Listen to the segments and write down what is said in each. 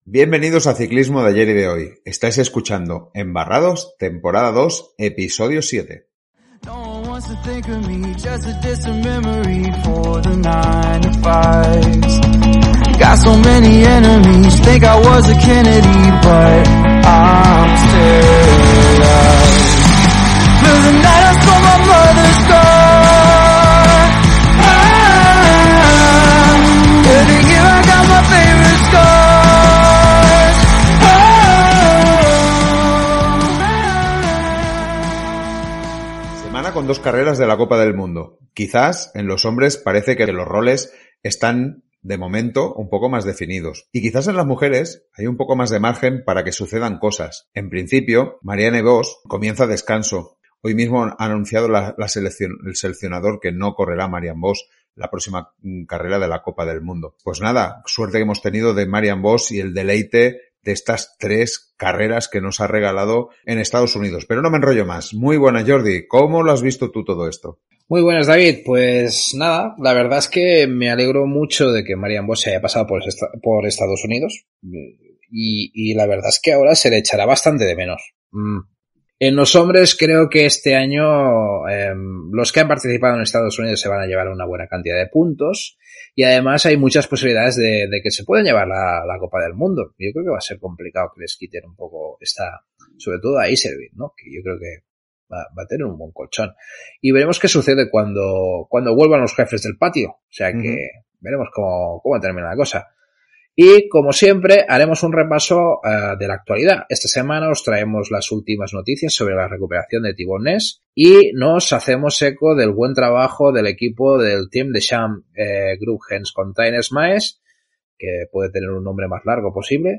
Bienvenidos a Ciclismo de ayer y de hoy. Estáis escuchando Embarrados, temporada 2, episodio 7. Con dos carreras de la Copa del Mundo. Quizás en los hombres parece que los roles están, de momento, un poco más definidos. Y quizás en las mujeres hay un poco más de margen para que sucedan cosas. En principio, Marianne Vos comienza descanso. Hoy mismo ha anunciado el seleccionador que no correrá Marianne Vos la próxima carrera de la Copa del Mundo. Pues nada, suerte que hemos tenido de Marianne Vos y el deleite de estas 3 carreras que nos ha regalado en Estados Unidos. Pero no me enrollo más. Muy buenas, Jordi. ¿Cómo lo has visto tú todo esto? Muy buenas, David. Pues nada, la verdad es que me alegro mucho de que Marianne Vos se haya pasado por Estados Unidos y la verdad es que ahora se le echará bastante de menos. En los hombres creo que este año los que han participado en Estados Unidos se van a llevar una buena cantidad de puntos y además hay muchas posibilidades de que se puedan llevar la Copa del Mundo. Yo creo que va a ser complicado que les quiten un poco sobre todo a Iservin, ¿no? Que yo creo que va a tener un buen colchón. Y veremos qué sucede cuando vuelvan los jefes del patio. O sea que veremos cómo termina la cosa. Y, como siempre, haremos un repaso de la actualidad. Esta semana os traemos las últimas noticias sobre la recuperación de Thibaut Ness y nos hacemos eco del buen trabajo del equipo del Team de Champ Grooghens Containers Maes, que puede tener un nombre más largo posible,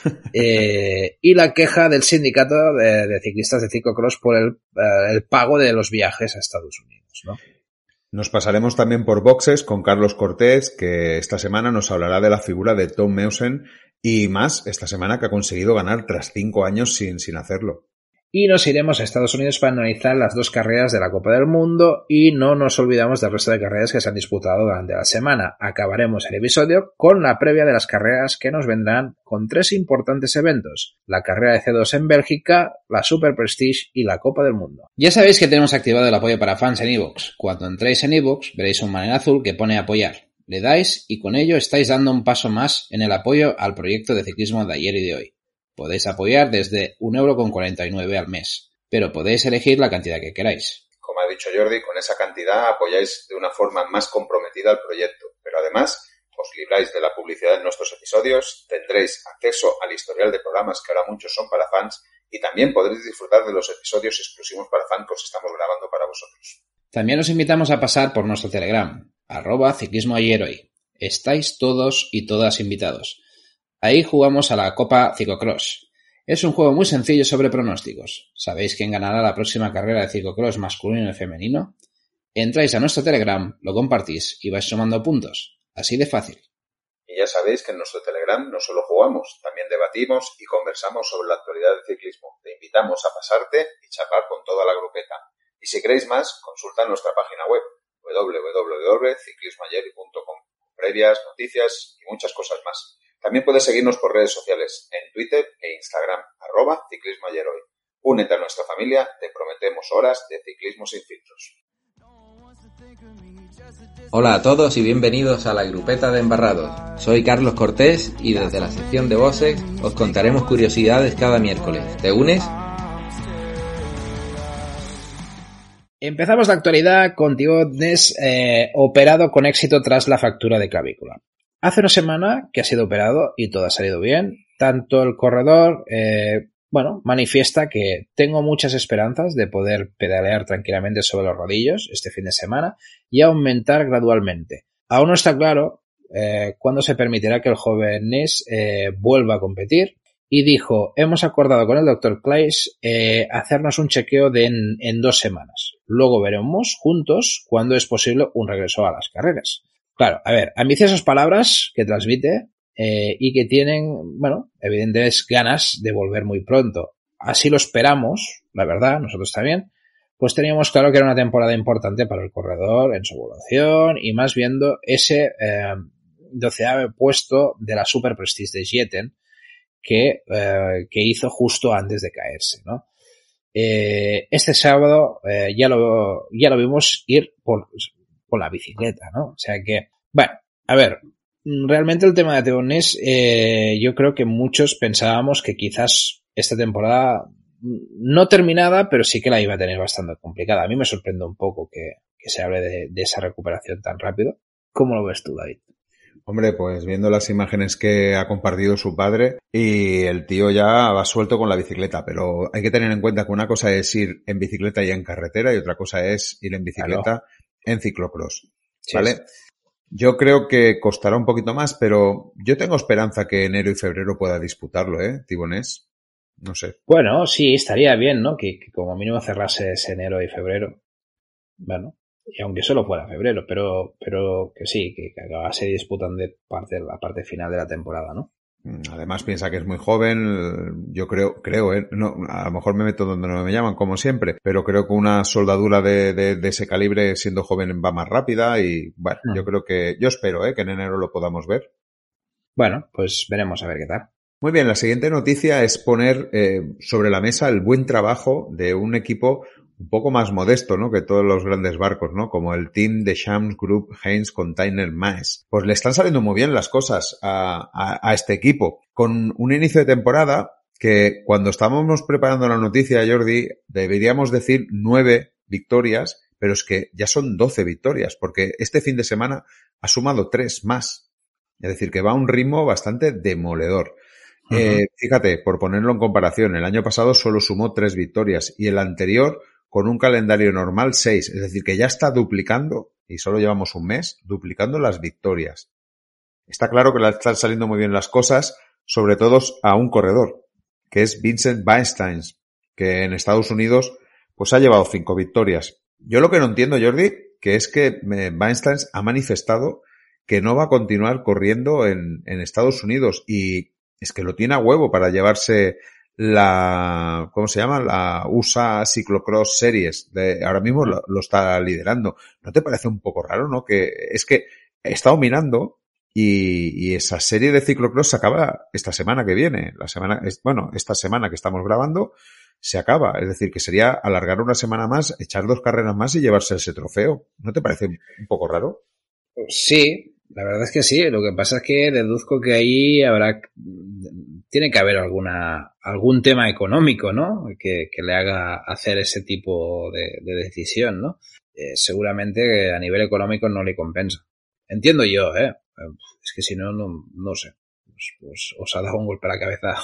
y la queja del sindicato de ciclistas de ciclocross por el pago de los viajes a Estados Unidos, ¿no? Nos pasaremos también por boxes con Carlos Cortés, que esta semana nos hablará de la figura de Tom Meusen y más esta semana que ha conseguido ganar tras 5 años sin hacerlo. Y nos iremos a Estados Unidos para analizar las 2 carreras de la Copa del Mundo y no nos olvidamos del resto de carreras que se han disputado durante la semana. Acabaremos el episodio con la previa de las carreras que nos vendrán con 3 importantes eventos: la carrera de C2 en Bélgica, la Super Prestige y la Copa del Mundo. Ya sabéis que tenemos activado el apoyo para fans en iVoox. Cuando entréis en iVoox veréis un banner azul que pone apoyar. Le dais y con ello estáis dando un paso más en el apoyo al proyecto de ciclismo de ayer y de hoy. Podéis apoyar desde 1,49 € al mes, pero podéis elegir la cantidad que queráis. Como ha dicho Jordi, con esa cantidad apoyáis de una forma más comprometida al proyecto, pero además os libráis de la publicidad en nuestros episodios, tendréis acceso al historial de programas que ahora muchos son para fans y también podréis disfrutar de los episodios exclusivos para fans que os estamos grabando para vosotros. También os invitamos a pasar por nuestro Telegram, @ciclismoayerhoy. Estáis todos y todas invitados. Ahí jugamos a la Copa Ciclocross. Es un juego muy sencillo sobre pronósticos. ¿Sabéis quién ganará la próxima carrera de ciclocross masculino y femenino? Entráis a nuestro Telegram, lo compartís y vais sumando puntos. Así de fácil. Y ya sabéis que en nuestro Telegram no solo jugamos, también debatimos y conversamos sobre la actualidad del ciclismo. Te invitamos a pasarte y charlar con toda la grupeta. Y si queréis más, consulta nuestra página web www.ciclismoayer.com, previas, noticias y muchas cosas más. También puedes seguirnos por redes sociales, en Twitter e Instagram, @ciclismoayerhoy. Únete a nuestra familia, te prometemos horas de ciclismo sin filtros. Hola a todos y bienvenidos a la grupeta de Embarrados. Soy Carlos Cortés y desde la sección de voces os contaremos curiosidades cada miércoles. ¿Te unes? Empezamos la actualidad con Thibaut Ness operado con éxito tras la fractura de clavícula. Hace una semana que ha sido operado y todo ha salido bien. Tanto el corredor, manifiesta que tengo muchas esperanzas de poder pedalear tranquilamente sobre los rodillos este fin de semana y aumentar gradualmente. Aún no está claro cuándo se permitirá que el joven Ness vuelva a competir y dijo: hemos acordado con el Dr. Claes hacernos un chequeo en 2 semanas. Luego veremos juntos cuándo es posible un regreso a las carreras. Claro, a ver, ambiciosas palabras que transmite y que tienen, evidentes ganas de volver muy pronto. Así lo esperamos, la verdad, nosotros también. Pues teníamos claro que era una temporada importante para el corredor en su evolución y más viendo ese 12º puesto de la Super Prestige de Gieten, que hizo justo antes de caerse, ¿no? Este sábado ya lo vimos ir por la bicicleta, ¿no? O sea que, bueno, a ver, realmente el tema de Theo Ernest, yo creo que muchos pensábamos que quizás esta temporada no terminada, pero sí que la iba a tener bastante complicada. A mí me sorprende un poco que se hable de esa recuperación tan rápido. ¿Cómo lo ves tú, David? Hombre, pues viendo las imágenes que ha compartido su padre y el tío ya va suelto con la bicicleta, pero hay que tener en cuenta que una cosa es ir en bicicleta y en carretera y otra cosa es ir en bicicleta en ciclocross, ¿vale? Sí. Yo creo que costará un poquito más, pero yo tengo esperanza que enero y febrero pueda disputarlo, Tibonés. No sé. Bueno, sí, estaría bien, ¿no? Que como mínimo cerrase ese enero y febrero. Bueno, y aunque solo fuera febrero, pero que sí, que acabase disputan de la parte final de la temporada, ¿no? Además piensa que es muy joven, yo creo, no, a lo mejor me meto donde no me llaman, como siempre, pero creo que una soldadura de ese calibre siendo joven va más rápida y bueno, yo espero, que en enero lo podamos ver. Bueno, pues veremos a ver qué tal. Muy bien, la siguiente noticia es poner sobre la mesa el buen trabajo de un equipo un poco más modesto, ¿no? Que todos los grandes barcos, ¿no? Como el Team Deschamps Group Heinz Container Maes. Pues le están saliendo muy bien las cosas a este equipo. Con un inicio de temporada que cuando estábamos preparando la noticia, Jordi, deberíamos decir 9 victorias, pero es que ya son 12 victorias, porque este fin de semana ha sumado 3 más. Es decir, que va a un ritmo bastante demoledor. Fíjate, por ponerlo en comparación, el año pasado solo sumó 3 victorias y el anterior con un calendario normal 6, es decir, que ya está duplicando, y solo llevamos un mes, duplicando las victorias. Está claro que le están saliendo muy bien las cosas, sobre todo a un corredor, que es Vincent Weinstein, que en Estados Unidos pues ha llevado 5 victorias. Yo lo que no entiendo, Jordi, que es que Weinstein ha manifestado que no va a continuar corriendo en Estados Unidos y es que lo tiene a huevo para llevarse ¿cómo se llama? La USA Cyclocross Series. Ahora mismo lo está liderando. ¿No te parece un poco raro, no? Que es que he estado mirando y esa serie de ciclocross se acaba esta semana que viene. Esta semana que estamos grabando se acaba. Es decir, que sería alargar una semana más, echar 2 carreras más y llevarse ese trofeo. ¿No te parece un poco raro? Sí. La verdad es que sí, lo que pasa es que deduzco que ahí tiene que haber algún tema económico, ¿no? Que le haga hacer ese tipo de decisión, ¿no? Seguramente a nivel económico no le compensa. Entiendo yo, es que si no sé. Pues os ha dado un golpe a la cabeza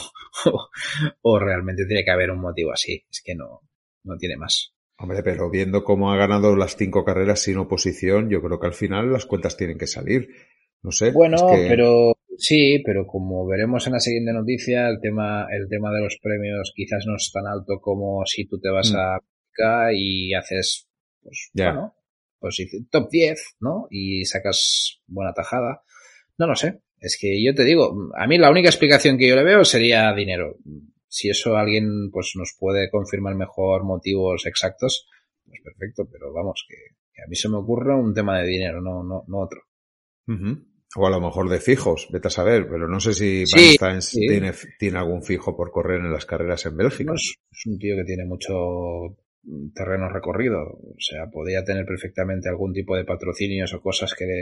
o realmente tiene que haber un motivo así. Es que no tiene más. Hombre, pero viendo cómo ha ganado las 5 carreras sin oposición, yo creo que al final las cuentas tienen que salir. No sé. Bueno, pero como veremos en la siguiente noticia, el tema de los premios quizás no es tan alto como si tú te vas a América y haces, pues, bueno, pues top 10, ¿no? Y sacas buena tajada. No lo sé. Es que yo te digo, a mí la única explicación que yo le veo sería dinero. Si eso alguien pues nos puede confirmar mejor motivos exactos, pues perfecto, pero vamos, que a mí se me ocurre un tema de dinero, no otro. O a lo mejor de fijos, vete a saber, pero no sé si Weinstein tiene algún fijo por correr en las carreras en Bélgica. No, es un tío que tiene mucho terreno recorrido, o sea, podría tener perfectamente algún tipo de patrocinios o cosas que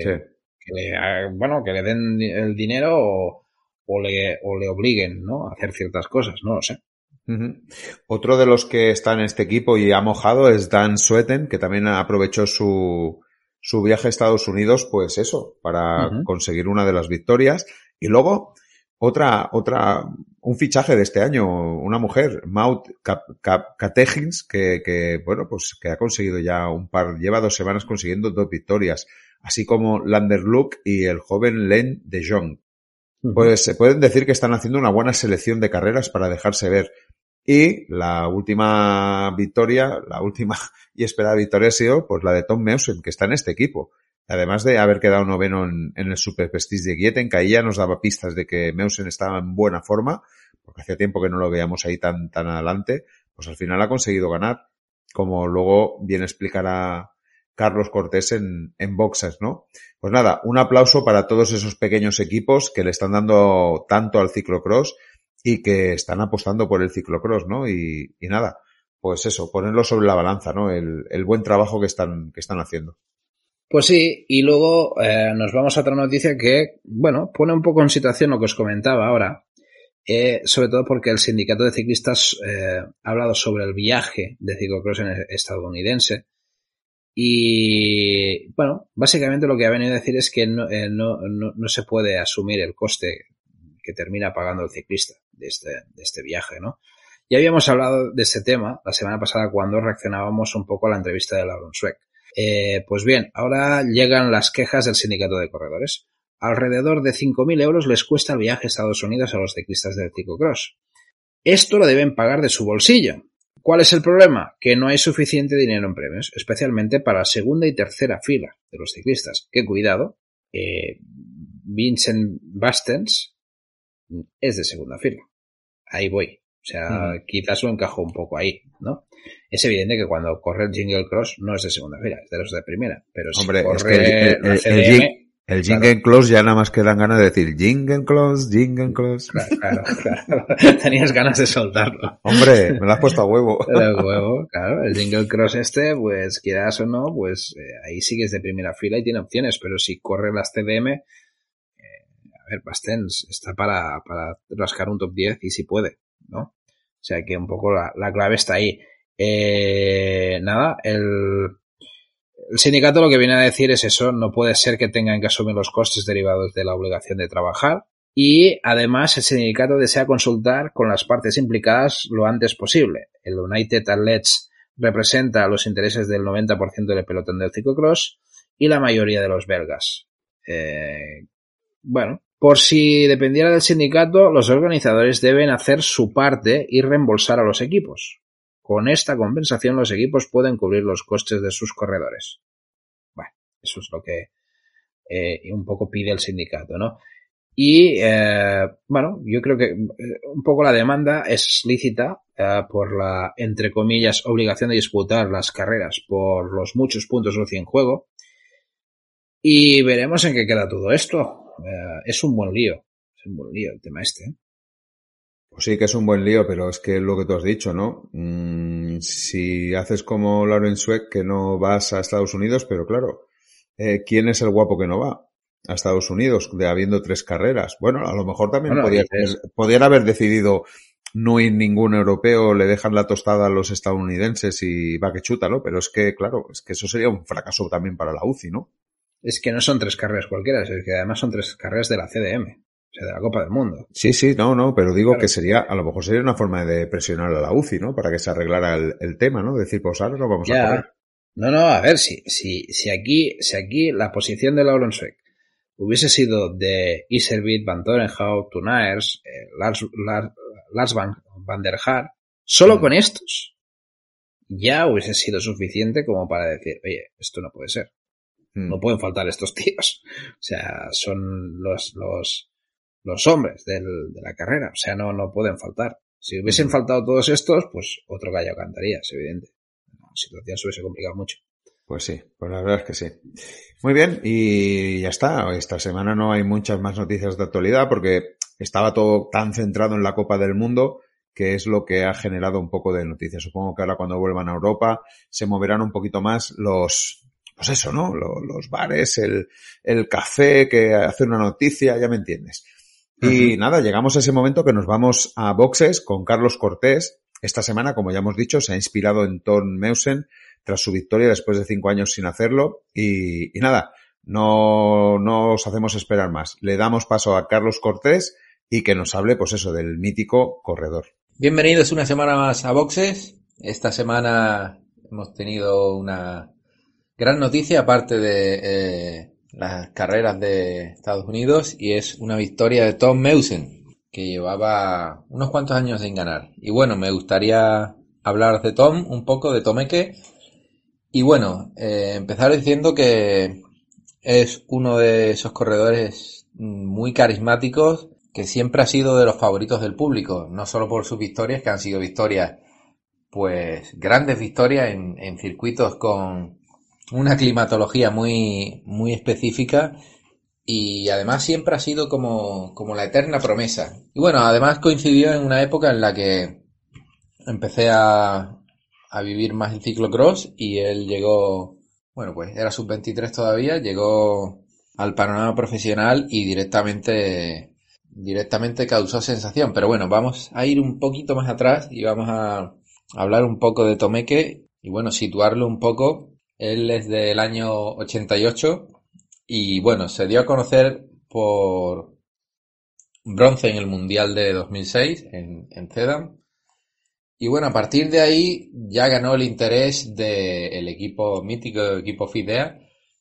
le den el dinero o le obliguen, ¿no? A hacer ciertas cosas, no lo sé. Otro de los que está en este equipo y ha mojado es Dan Sueten, que también aprovechó su viaje a Estados Unidos, pues eso, para conseguir una de las victorias. Y luego, un fichaje de este año, una mujer, Maud Catechins, que ha conseguido ya lleva 2 semanas consiguiendo 2 victorias, así como Lander Luke y el joven Len de Jong. Pues se pueden decir que están haciendo una buena selección de carreras para dejarse ver. Y la última y esperada victoria ha sido pues la de Tom Meusen, que está en este equipo. Además de haber quedado noveno en el Super Prestige de Gieten, que ahí ya nos daba pistas de que Meusen estaba en buena forma, porque hacía tiempo que no lo veíamos ahí tan adelante, pues al final ha conseguido ganar, como luego viene a explicar a Carlos Cortés en boxes, ¿no? Pues nada, un aplauso para todos esos pequeños equipos que le están dando tanto al ciclocross y que están apostando por el ciclocross, ¿no? Y nada, pues eso, ponerlo sobre la balanza, ¿no? El buen trabajo que están haciendo. Pues sí, y luego nos vamos a otra noticia que, bueno, pone un poco en situación lo que os comentaba ahora, sobre todo porque el sindicato de ciclistas ha hablado sobre el viaje de ciclocross estadounidense y, bueno, básicamente lo que ha venido a decir es que no se puede asumir el coste que termina pagando el ciclista de este viaje, ¿no? Ya habíamos hablado de este tema la semana pasada cuando reaccionábamos un poco a la entrevista de Lauren Sweck. Pues bien, ahora llegan las quejas del sindicato de corredores. Alrededor de 5.000 euros les cuesta el viaje a Estados Unidos a los ciclistas del ciclocross. Esto lo deben pagar de su bolsillo. ¿Cuál es el problema? Que no hay suficiente dinero en premios, especialmente para la segunda y tercera fila de los ciclistas. Que cuidado, Vincent Bastens es de segunda fila. Ahí voy. O sea, quizás lo encajo un poco ahí, ¿no? Es evidente que cuando corre el Jingle Cross no es de segunda fila, es de los de primera. Pero si hombre, corre es que el Jingle Cross ya nada más que dan ganas de decir Jingle Cross, Jingle Cross. Claro. Tenías ganas de soltarlo. Hombre, me lo has puesto a huevo. Claro. El Jingle Cross pues quieras o no, pues ahí sí que es de primera fila y tiene opciones, pero si corre las CDM, a ver, Bastens está para rascar un top 10 y si puede, ¿no? O sea que un poco la clave está ahí. Nada, el sindicato lo que viene a decir es eso, no puede ser que tengan que asumir los costes derivados de la obligación de trabajar y además el sindicato desea consultar con las partes implicadas lo antes posible. El United Athletes representa los intereses del 90% del pelotón del ciclocross y la mayoría de los belgas. Bueno, por si dependiera del sindicato, los organizadores deben hacer su parte y reembolsar a los equipos. Con esta compensación los equipos pueden cubrir los costes de sus corredores. Bueno, eso es lo que un poco pide el sindicato, ¿no? Y, bueno, yo creo que un poco la demanda es lícita por la, entre comillas, obligación de disputar las carreras por los muchos puntos UCI en juego. Y veremos en qué queda todo esto. Es un buen lío el tema este, ¿eh? Pues sí que es un buen lío, pero es que lo que tú has dicho, ¿no? Si haces como Lauren Sweck, que no vas a Estados Unidos, pero claro, ¿quién es el guapo que no va a Estados Unidos, habiendo 3 carreras? Bueno, a lo mejor también podrían haber decidido no ir ningún europeo, le dejan la tostada a los estadounidenses y va que chuta, ¿no? Pero es que, claro, es que eso sería un fracaso también para la UCI, ¿no? Es que no son 3 carreras cualquiera, es que además son 3 carreras de la CDM. O sea, de la Copa del Mundo. Sí, no, pero digo claro, que a lo mejor sería una forma de presionar a la UCI, ¿no? Para que se arreglara el tema, ¿no? Decir, pues ahora no vamos a correr. No, a ver, si aquí la posición de Lauren Sweck hubiese sido de Iserbyt, Van Torenhout, Tunaers, Lars van der Haar, solo con estos ya hubiese sido suficiente como para decir, oye, esto no puede ser. No pueden faltar estos tíos. O sea, son los hombres de la carrera, o sea, no pueden faltar. Si hubiesen faltado todos estos, pues otro gallo cantaría, es evidente. La situación se hubiese complicado mucho. Pues sí, pues la verdad es que sí. Muy bien, y ya está. Esta semana no hay muchas más noticias de actualidad porque estaba todo tan centrado en la Copa del Mundo que es lo que ha generado un poco de noticias. Supongo que ahora cuando vuelvan a Europa se moverán un poquito más pues eso, ¿no? Los bares, el café que hace una noticia, ya me entiendes. Y nada, llegamos a ese momento que nos vamos a boxes con Carlos Cortés. Esta semana, como ya hemos dicho, se ha inspirado en Tom Meusen tras su victoria después de 5 años sin hacerlo. Y nada, no os hacemos esperar más. Le damos paso a Carlos Cortés y que nos hable, pues eso, del mítico corredor. Bienvenidos una semana más a boxes. Esta semana hemos tenido una gran noticia, aparte de las carreras de Estados Unidos, y es una victoria de Tom Meusen, que llevaba unos cuantos años sin ganar. Y bueno, me gustaría hablar de Tom, un poco de Tomeque, y bueno, empezar diciendo que es uno de esos corredores muy carismáticos, que siempre ha sido de los favoritos del público, no solo por sus victorias, que han sido victorias, pues grandes victorias en circuitos con una climatología muy, muy específica, y además siempre ha sido como la eterna promesa. Y bueno, además coincidió en una época en la que empecé a vivir más el ciclocross y él llegó, bueno, pues era sub-23 todavía, llegó al panorama profesional y directamente causó sensación. Pero bueno, vamos a ir un poquito más atrás y vamos a hablar un poco de Tomeque y bueno, situarlo un poco. Él es del año 88 y bueno, se dio a conocer por bronce en el Mundial de 2006 en Sedan. Y bueno, a partir de ahí ya ganó el interés del mítico equipo Fidea,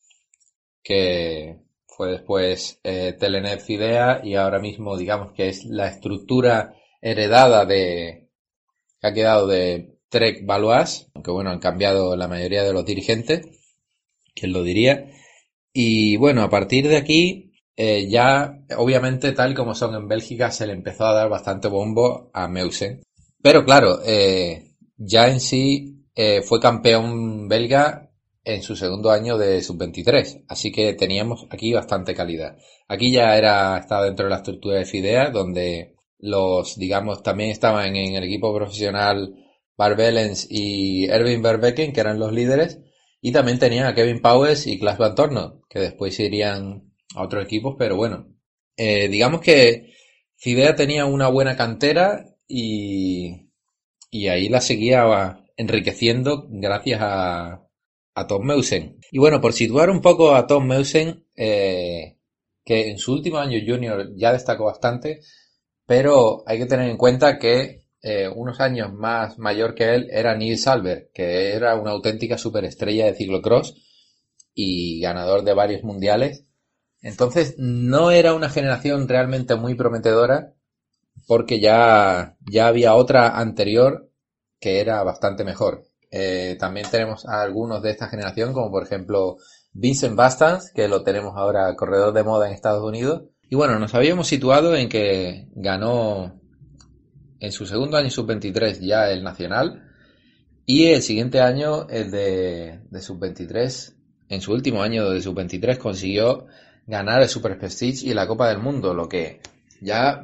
que fue después Telenet Fidea, y ahora mismo digamos que es la estructura heredada que ha quedado de Trek Valois, aunque bueno, han cambiado la mayoría de los dirigentes, quién lo diría. Y bueno, a partir de aquí ya obviamente tal como son en Bélgica se le empezó a dar bastante bombo a Meusen. Pero claro, ya en sí fue campeón belga en su segundo año de sub-23, así que teníamos aquí bastante calidad. Aquí ya estaba dentro de la estructura de Fidea, donde también estaban en el equipo profesional Bart Bellens y Erwin Verbeeken, que eran los líderes, y también tenían a Kevin Powers y Klaas Van Tornow, que después irían a otros equipos, pero bueno, digamos que Fidea tenía una buena cantera y ahí la seguía enriqueciendo gracias a Tom Meusen. Y bueno, por situar un poco a Tom Meusen, que en su último año junior ya destacó bastante, pero hay que tener en cuenta que unos años más mayor que él era Nils Albert, que era una auténtica superestrella de ciclocross y ganador de varios mundiales. Entonces no era una generación realmente muy prometedora, porque ya había otra anterior que era bastante mejor. También tenemos a algunos de esta generación, como por ejemplo Vincent Bastans, que lo tenemos ahora corredor de moda en Estados Unidos. Y bueno, nos habíamos situado en que ganó en su segundo año sub-23 ya el nacional, y el siguiente año el de sub-23, en su último año de sub-23 consiguió ganar el Super Prestige y la Copa del Mundo, lo que ya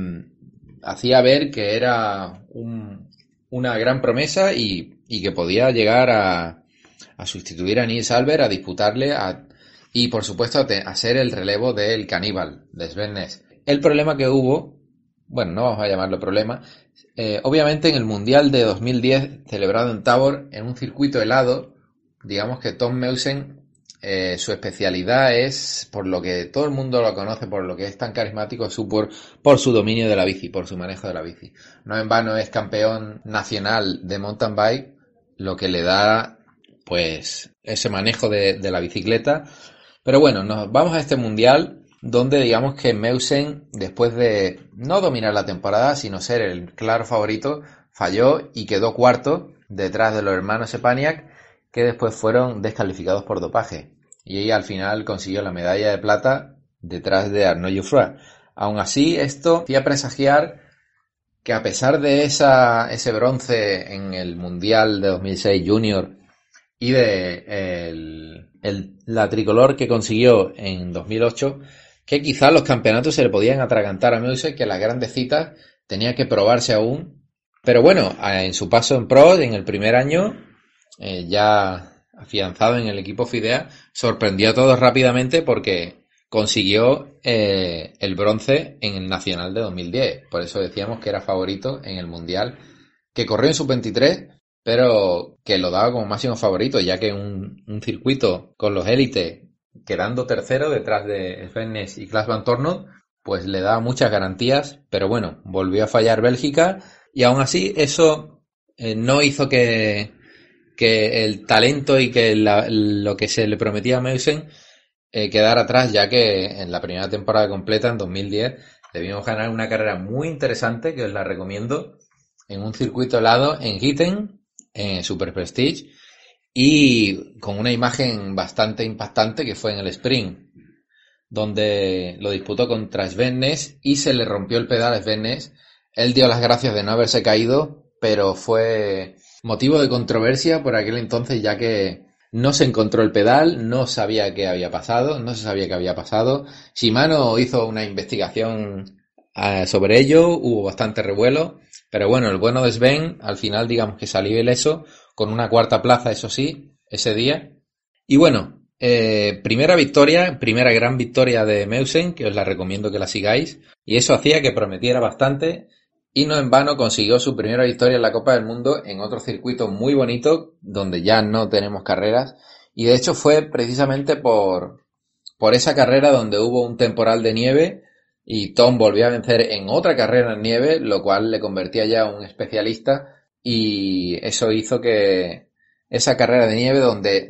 hacía ver que era una gran promesa y que podía llegar a sustituir a Nils Albert, a disputarle y por supuesto a ser el relevo del caníbal, de Sven Nys. El problema que hubo, bueno, no vamos a llamarlo problema, obviamente en el Mundial de 2010 celebrado en Tabor, en un circuito helado, digamos que Tom Meusen, su especialidad es, por lo que todo el mundo lo conoce, por lo que es tan carismático, por su dominio de la bici, por su manejo de la bici. No en vano es campeón nacional de mountain bike, lo que le da pues ese manejo de la bicicleta. Pero bueno, nos vamos a este mundial donde digamos que Meusen, después de no dominar la temporada, sino ser el claro favorito, falló y quedó cuarto detrás de los hermanos Sepaniak, que después fueron descalificados por dopaje. Y ella al final consiguió la medalla de plata detrás de Arnaud Jouffroy. Aún así, esto hacía presagiar que a pesar de ese bronce en el Mundial de 2006 Junior y de la tricolor que consiguió en 2008, que quizás los campeonatos se le podían atragantar a Meusen, que las grandes citas tenía que probarse aún. Pero bueno, en su paso en Pro, en el primer año, ya afianzado en el equipo Fidea, sorprendió a todos rápidamente porque consiguió el bronce en el Nacional de 2010. Por eso decíamos que era favorito en el Mundial, que corrió en sub-23, pero que lo daba como máximo favorito, ya que un circuito con los élites quedando tercero detrás de Sven Nys y Klaas Van Tornow, pues le daba muchas garantías. Pero bueno, volvió a fallar Bélgica y aún así eso no hizo que el talento y que lo que se le prometía a Meusen quedara atrás, ya que en la primera temporada completa, en 2010, debimos ganar una carrera muy interesante, que os la recomiendo, en un circuito helado en Gieten, en Super Prestige, y con una imagen bastante impactante que fue en el sprint, donde lo disputó contra Sven Nys y se le rompió el pedal a Sven Nys. Él dio las gracias de no haberse caído, pero fue motivo de controversia por aquel entonces, ya que no se encontró el pedal, no sabía qué había pasado, no se sabía qué había pasado. Shimano hizo una investigación sobre ello, hubo bastante revuelo, pero bueno, el bueno de Sven al final digamos que salió ileso, con una cuarta plaza, eso sí, ese día. Y bueno, primera gran victoria de Meusen, que os la recomiendo que la sigáis, y eso hacía que prometiera bastante, y no en vano consiguió su primera victoria en la Copa del Mundo en otro circuito muy bonito, donde ya no tenemos carreras, y de hecho fue precisamente por esa carrera donde hubo un temporal de nieve, y Tom volvió a vencer en otra carrera en nieve, lo cual le convertía ya en un especialista, y eso hizo que esa carrera de nieve donde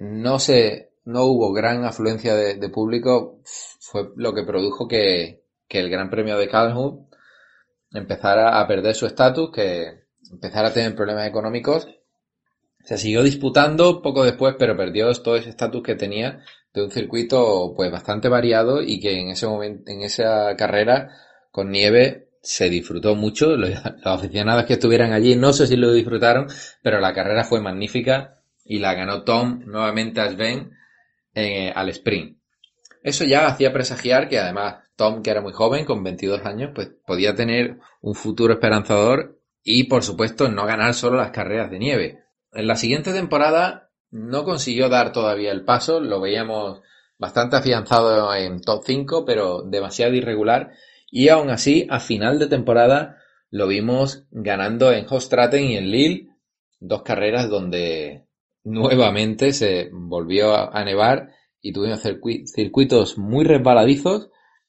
no hubo gran afluencia de público fue lo que produjo que el Gran Premio de Calhoun empezara a perder su estatus, que empezara a tener problemas económicos. Se siguió disputando poco después, pero perdió todo ese estatus que tenía de un circuito pues bastante variado, y que en ese momento, en esa carrera con nieve, se disfrutó mucho. Los aficionados que estuvieran allí no sé si lo disfrutaron, pero la carrera fue magnífica y la ganó Tom nuevamente a Sven al sprint. Eso ya hacía presagiar que además Tom, que era muy joven, con 22 años, pues podía tener un futuro esperanzador y por supuesto no ganar solo las carreras de nieve. En la siguiente temporada no consiguió dar todavía el paso, lo veíamos bastante afianzado en top 5, pero demasiado irregular, y aún así a final de temporada lo vimos ganando en Hoogstraten y en Lille, dos carreras donde nuevamente se volvió a nevar y tuvimos circuitos muy resbaladizos,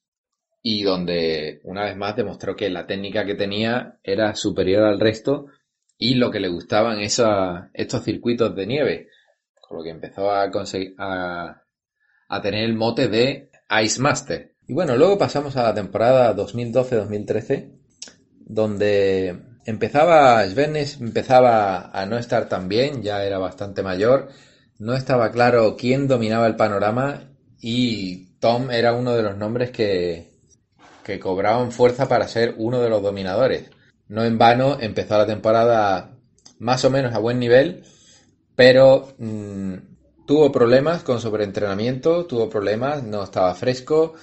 y donde una vez más demostró que la técnica que tenía era superior al resto y lo que le gustaban estos circuitos de nieve, con lo que empezó a conseguir a tener el mote de Ice Master. Y bueno, luego pasamos a la temporada 2012-2013, donde Sven empezaba a no estar tan bien, ya era bastante mayor, no estaba claro quién dominaba el panorama, y Tom era uno de los nombres que cobraban fuerza para ser uno de los dominadores. No en vano empezó la temporada más o menos a buen nivel, pero tuvo problemas con sobreentrenamiento, no estaba fresco,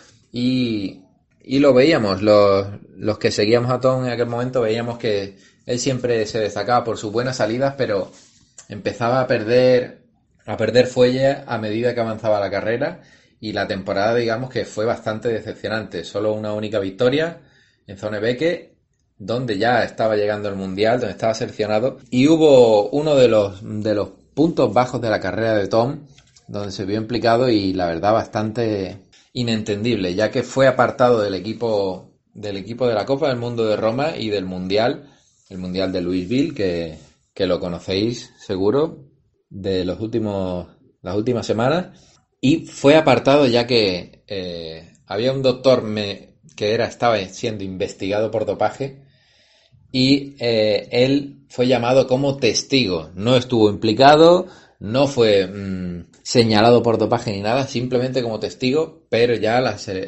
y lo veíamos, los que seguíamos a Tom en aquel momento, veíamos que él siempre se destacaba por sus buenas salidas, pero empezaba a perder fuelle a medida que avanzaba la carrera, y la temporada digamos que fue bastante decepcionante. Solo una única victoria en Zonnebeke, donde ya estaba llegando el Mundial, donde estaba seleccionado, y hubo uno de los puntos bajos de la carrera de Tom, donde se vio implicado, y la verdad bastante inentendible, ya que fue apartado del equipo de la Copa del Mundo de Roma y del Mundial, el Mundial de Louisville, que lo conocéis seguro, de las últimas semanas, y fue apartado ya que había un doctor que estaba siendo investigado por dopaje, y él fue llamado como testigo. No estuvo implicado, no fue señalado por dopaje ni nada, simplemente como testigo, pero ya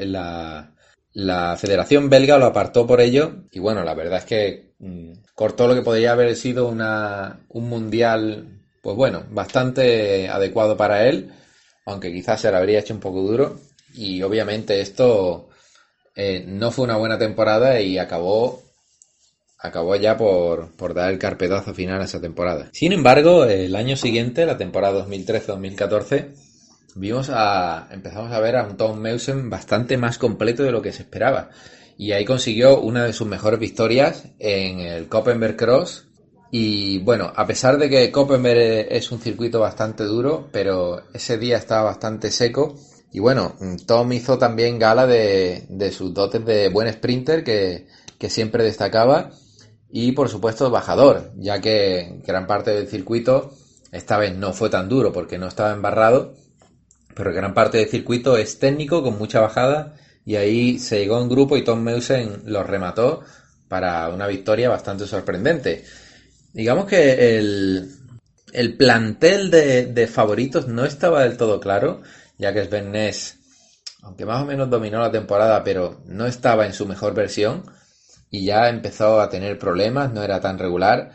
la Federación Belga lo apartó por ello, y bueno, la verdad es que cortó lo que podría haber sido un mundial, pues bueno, bastante adecuado para él, aunque quizás se lo habría hecho un poco duro, y obviamente esto no fue una buena temporada, y acabó ya por dar el carpetazo final a esa temporada. Sin embargo, el año siguiente, la temporada 2013-2014, empezamos a ver a un Tom Meusen bastante más completo de lo que se esperaba. Y ahí consiguió una de sus mejores victorias en el Koppenberg Cross. Y bueno, a pesar de que Koppenberg es un circuito bastante duro, pero ese día estaba bastante seco. Y bueno, Tom hizo también gala de sus dotes de buen sprinter que siempre destacaba. Y por supuesto bajador, ya que gran parte del circuito esta vez no fue tan duro porque no estaba embarrado, pero gran parte del circuito es técnico con mucha bajada, y ahí se llegó en grupo y Tom Meusen los remató para una victoria bastante sorprendente. Digamos que el plantel de favoritos no estaba del todo claro, ya que Sven Nys, aunque más o menos dominó la temporada, pero no estaba en su mejor versión, y ya empezó a tener problemas, no era tan regular.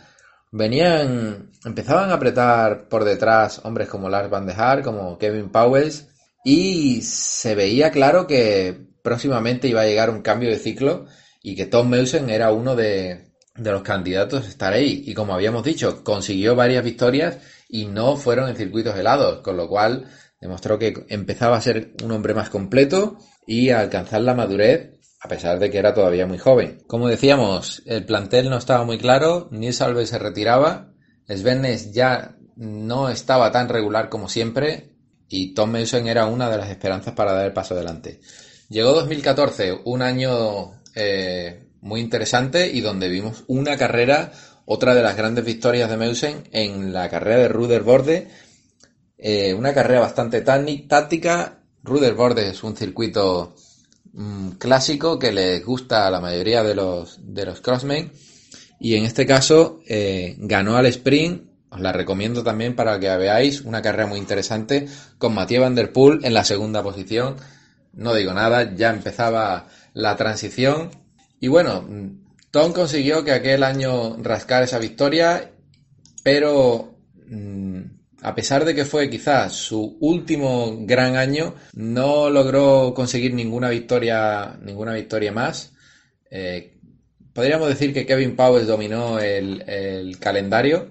empezaban a apretar por detrás hombres como Lars Van der Haar, como Kevin Powers, y se veía claro que próximamente iba a llegar un cambio de ciclo y que Tom Meusen era uno de los candidatos a estar ahí. Y como habíamos dicho, consiguió varias victorias y no fueron en circuitos helados, con lo cual demostró que empezaba a ser un hombre más completo y a alcanzar la madurez, a pesar de que era todavía muy joven. Como decíamos, el plantel no estaba muy claro, Nils Albers se retiraba, Sven Nys ya no estaba tan regular como siempre y Tom Meusen era una de las esperanzas para dar el paso adelante. Llegó 2014, un año muy interesante y donde vimos una carrera, otra de las grandes victorias de Meusen en la carrera de Ruderbode, una carrera bastante táctica. Ruderbode es un circuito clásico que les gusta a la mayoría de los crossmen y en este caso ganó al sprint. Os la recomiendo también para que veáis, una carrera muy interesante con Mathieu Van Der Poel en la segunda posición. No digo nada, ya empezaba la transición y bueno, Tom consiguió que aquel año rascar esa victoria, pero a pesar de que fue quizás su último gran año, no logró conseguir ninguna victoria más. Podríamos decir que Kevin Powers dominó el calendario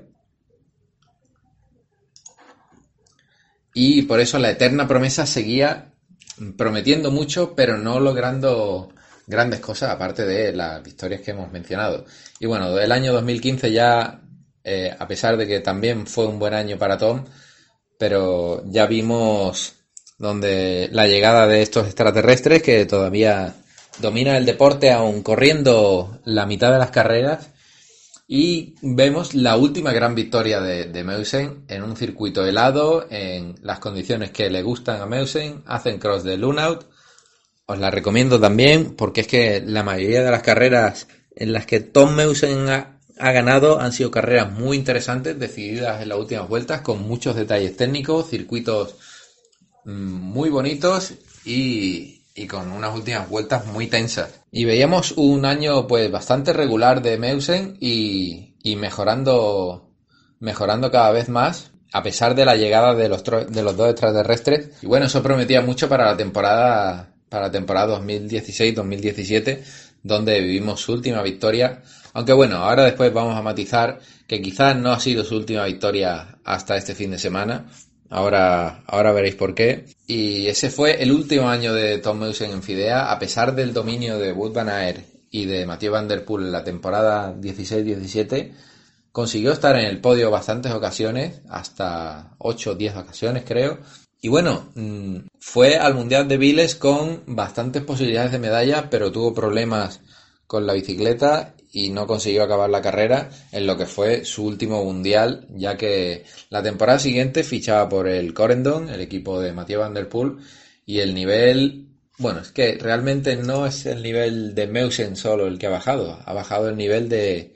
y por eso la eterna promesa seguía prometiendo mucho, pero no logrando grandes cosas, aparte de las victorias que hemos mencionado. Y bueno, el año 2015 ya, a pesar de que también fue un buen año para Tom, pero ya vimos donde la llegada de estos extraterrestres que todavía domina el deporte, aún corriendo la mitad de las carreras, y vemos la última gran victoria de Meusen en un circuito helado, en las condiciones que le gustan a Meusen. Hacen cross de Lunaut. Os la recomiendo también porque es que la mayoría de las carreras en las que Tom Meusen ha ganado han sido carreras muy interesantes, decididas en las últimas vueltas, con muchos detalles técnicos, circuitos muy bonitos y con unas últimas vueltas muy tensas. Y veíamos un año pues bastante regular de Meusen y mejorando cada vez más, a pesar de la llegada de los dos extraterrestres. Y bueno, eso prometía mucho para la temporada 2016-2017, donde vivimos su última victoria. Aunque bueno, ahora después vamos a matizar que quizás no ha sido su última victoria hasta este fin de semana. Ahora veréis por qué. Y ese fue el último año de Tom Meusen en FIDEA, a pesar del dominio de Wout van Aert y de Mathieu Van Der Poel en la temporada 16-17. Consiguió estar en el podio bastantes ocasiones, hasta 8 o 10 ocasiones creo. Y bueno, fue al Mundial de Viles con bastantes posibilidades de medalla, pero tuvo problemas con la bicicleta y no consiguió acabar la carrera en lo que fue su último mundial, ya que la temporada siguiente fichaba por el Corendon, el equipo de Mathieu Van Der Poel, y el nivel, bueno, es que realmente no es el nivel de Meusen solo el que ha bajado el nivel de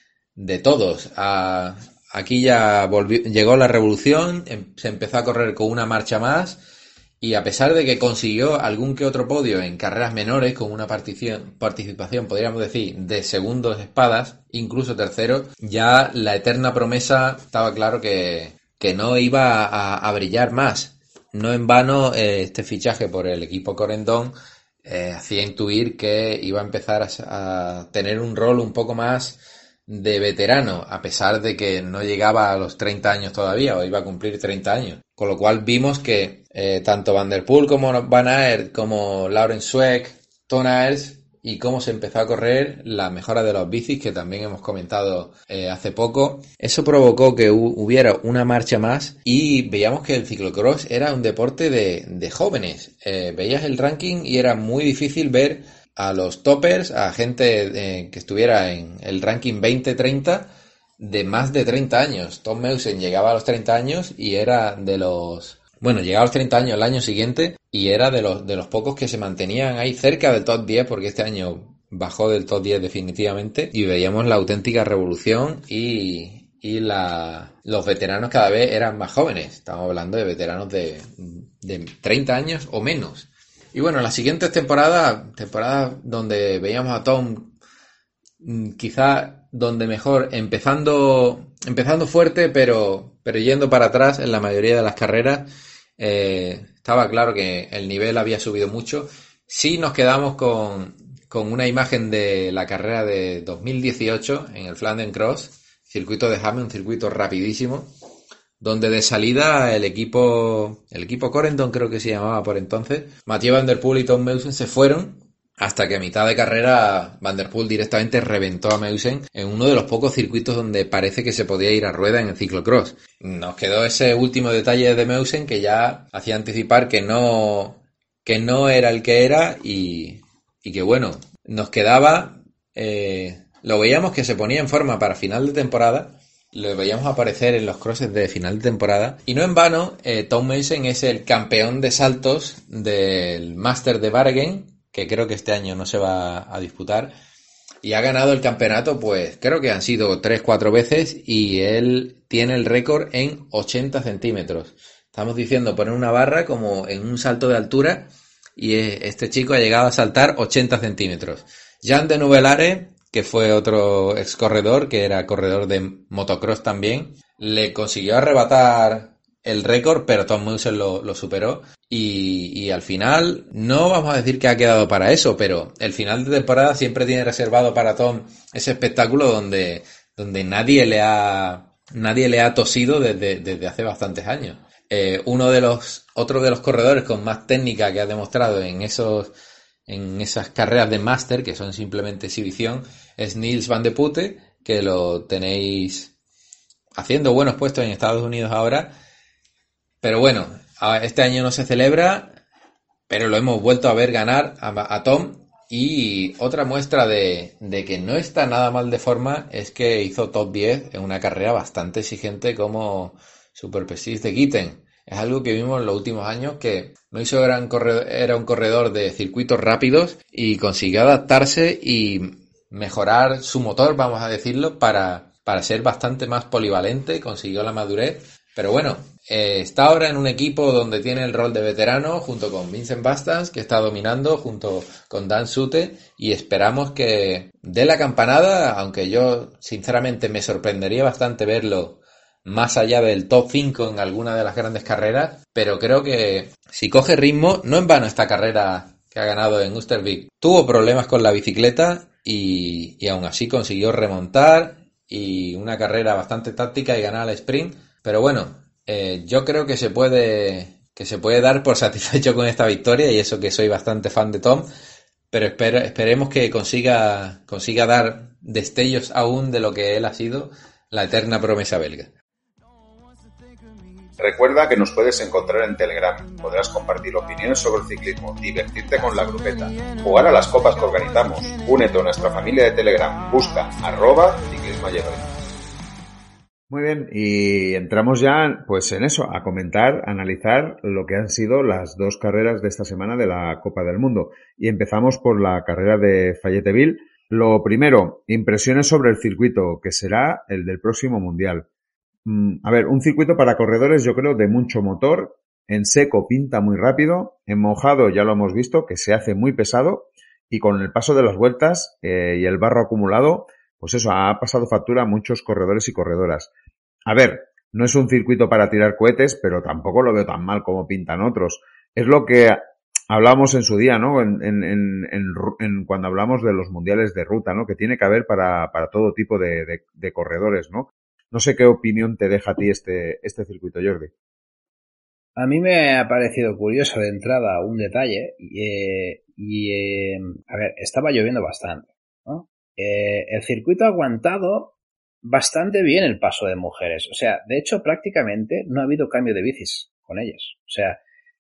todos. Aquí ya llegó la revolución, se empezó a correr con una marcha más. Y a pesar de que consiguió algún que otro podio en carreras menores, con una participación, podríamos decir, de segundos espadas, incluso tercero, ya la eterna promesa estaba claro que no iba a brillar más. No en vano este fichaje por el equipo Corendon hacía intuir que iba a empezar a tener un rol un poco más de veterano, a pesar de que no llegaba a los 30 años todavía, o iba a cumplir 30 años. Con lo cual vimos que tanto Van Der Poel como Van Aert, como Laurens Sweeck, Tom Aers, y cómo se empezó a correr la mejora de los bicis, que también hemos comentado hace poco. Eso provocó que hubiera una marcha más y veíamos que el ciclocross era un deporte de jóvenes. Veías el ranking y era muy difícil ver a los toppers, a gente que estuviera en el ranking 20-30 de más de 30 años. Tom Meusen llegaba a los 30 años y era de los... Bueno, llegaba a los 30 años el año siguiente y era de los pocos que se mantenían ahí cerca del top 10, porque este año bajó del top 10 definitivamente, y veíamos la auténtica revolución y los veteranos cada vez eran más jóvenes. Estamos hablando de veteranos de 30 años o menos. Y bueno, las siguientes temporadas donde veíamos a Tom quizá donde mejor, empezando fuerte, pero yendo para atrás en la mayoría de las carreras, estaba claro que el nivel había subido mucho. Sí nos quedamos con una imagen de la carrera de 2018 en el Flandern Cross, circuito de Hamme, un circuito rapidísimo, donde de salida el equipo Corendon, creo que se llamaba por entonces, Mathieu Van Der Poel y Tom Meusen se fueron, hasta que a mitad de carrera Van Der Poel directamente reventó a Meusen en uno de los pocos circuitos donde parece que se podía ir a rueda en el ciclocross. Nos quedó ese último detalle de Meusen que ya hacía anticipar que no era el que era y que bueno, nos quedaba, lo veíamos que se ponía en forma para final de temporada, lo veíamos aparecer en los crosses de final de temporada, y no en vano, Tom Meusen es el campeón de saltos del Master de Waregem, que creo que este año no se va a disputar, y ha ganado el campeonato, pues creo que han sido 3-4 veces, y él tiene el récord en 80 centímetros. Estamos diciendo poner una barra como en un salto de altura, y este chico ha llegado a saltar 80 centímetros. Jean de Nuvelare, que fue otro ex corredor, que era corredor de motocross también, le consiguió arrebatar el récord, pero Tom Meusen lo superó. Y al final, no vamos a decir que ha quedado para eso, pero el final de temporada siempre tiene reservado para Tom ese espectáculo donde nadie le ha tosido desde hace bastantes años. Otro de los corredores con más técnica que ha demostrado en esas carreras de máster, que son simplemente exhibición, es Nils van de Putte, que lo tenéis haciendo buenos puestos en Estados Unidos ahora. Pero bueno, este año no se celebra, pero lo hemos vuelto a ver ganar a Tom. Y otra muestra de que no está nada mal de forma es que hizo top 10 en una carrera bastante exigente como Super Prestige de Gitten. Es algo que vimos en los últimos años, que no hizo era un corredor de circuitos rápidos y consiguió adaptarse y mejorar su motor, vamos a decirlo, para ser bastante más polivalente, consiguió la madurez. Pero bueno, está ahora en un equipo donde tiene el rol de veterano junto con Vincent Bastans, que está dominando junto con Dan Sutte, y esperamos que dé la campanada, aunque yo sinceramente me sorprendería bastante verlo más allá del top 5 en alguna de las grandes carreras, pero creo que si coge ritmo, no en vano esta carrera que ha ganado en Oosterbeek, tuvo problemas con la bicicleta y aún así consiguió remontar, y una carrera bastante táctica y ganar el sprint. Pero bueno, yo creo que se puede dar por satisfecho con esta victoria, y eso que soy bastante fan de Tom, pero esperemos que consiga dar destellos aún de lo que él ha sido, la eterna promesa belga. Recuerda que nos puedes encontrar en Telegram. Podrás compartir opiniones sobre el ciclismo, divertirte con la grupeta, jugar a las copas que organizamos. Únete a nuestra familia de Telegram. Busca @ciclismoayeroy. Muy bien, y entramos ya pues en eso, a comentar, analizar lo que han sido las dos carreras de esta semana de la Copa del Mundo. Y empezamos por la carrera de Fayetteville. Lo primero, impresiones sobre el circuito, que será el del próximo Mundial. A ver, un circuito para corredores, yo creo, de mucho motor. En seco pinta muy rápido, en mojado ya lo hemos visto, que se hace muy pesado, y con el paso de las vueltas y el barro acumulado, pues eso, ha pasado factura a muchos corredores y corredoras. A ver, no es un circuito para tirar cohetes, pero tampoco lo veo tan mal como pintan otros. Es lo que hablamos en su día, ¿no? Cuando hablamos de los mundiales de ruta, ¿no? Que tiene que haber para todo tipo de corredores, ¿no? No sé qué opinión te deja a ti este circuito, Jordi. A mí me ha parecido curioso de entrada un detalle, a ver, estaba lloviendo bastante, ¿no? El circuito ha aguantado bastante bien el paso de mujeres, o sea, de hecho prácticamente no ha habido cambio de bicis con ellas, o sea,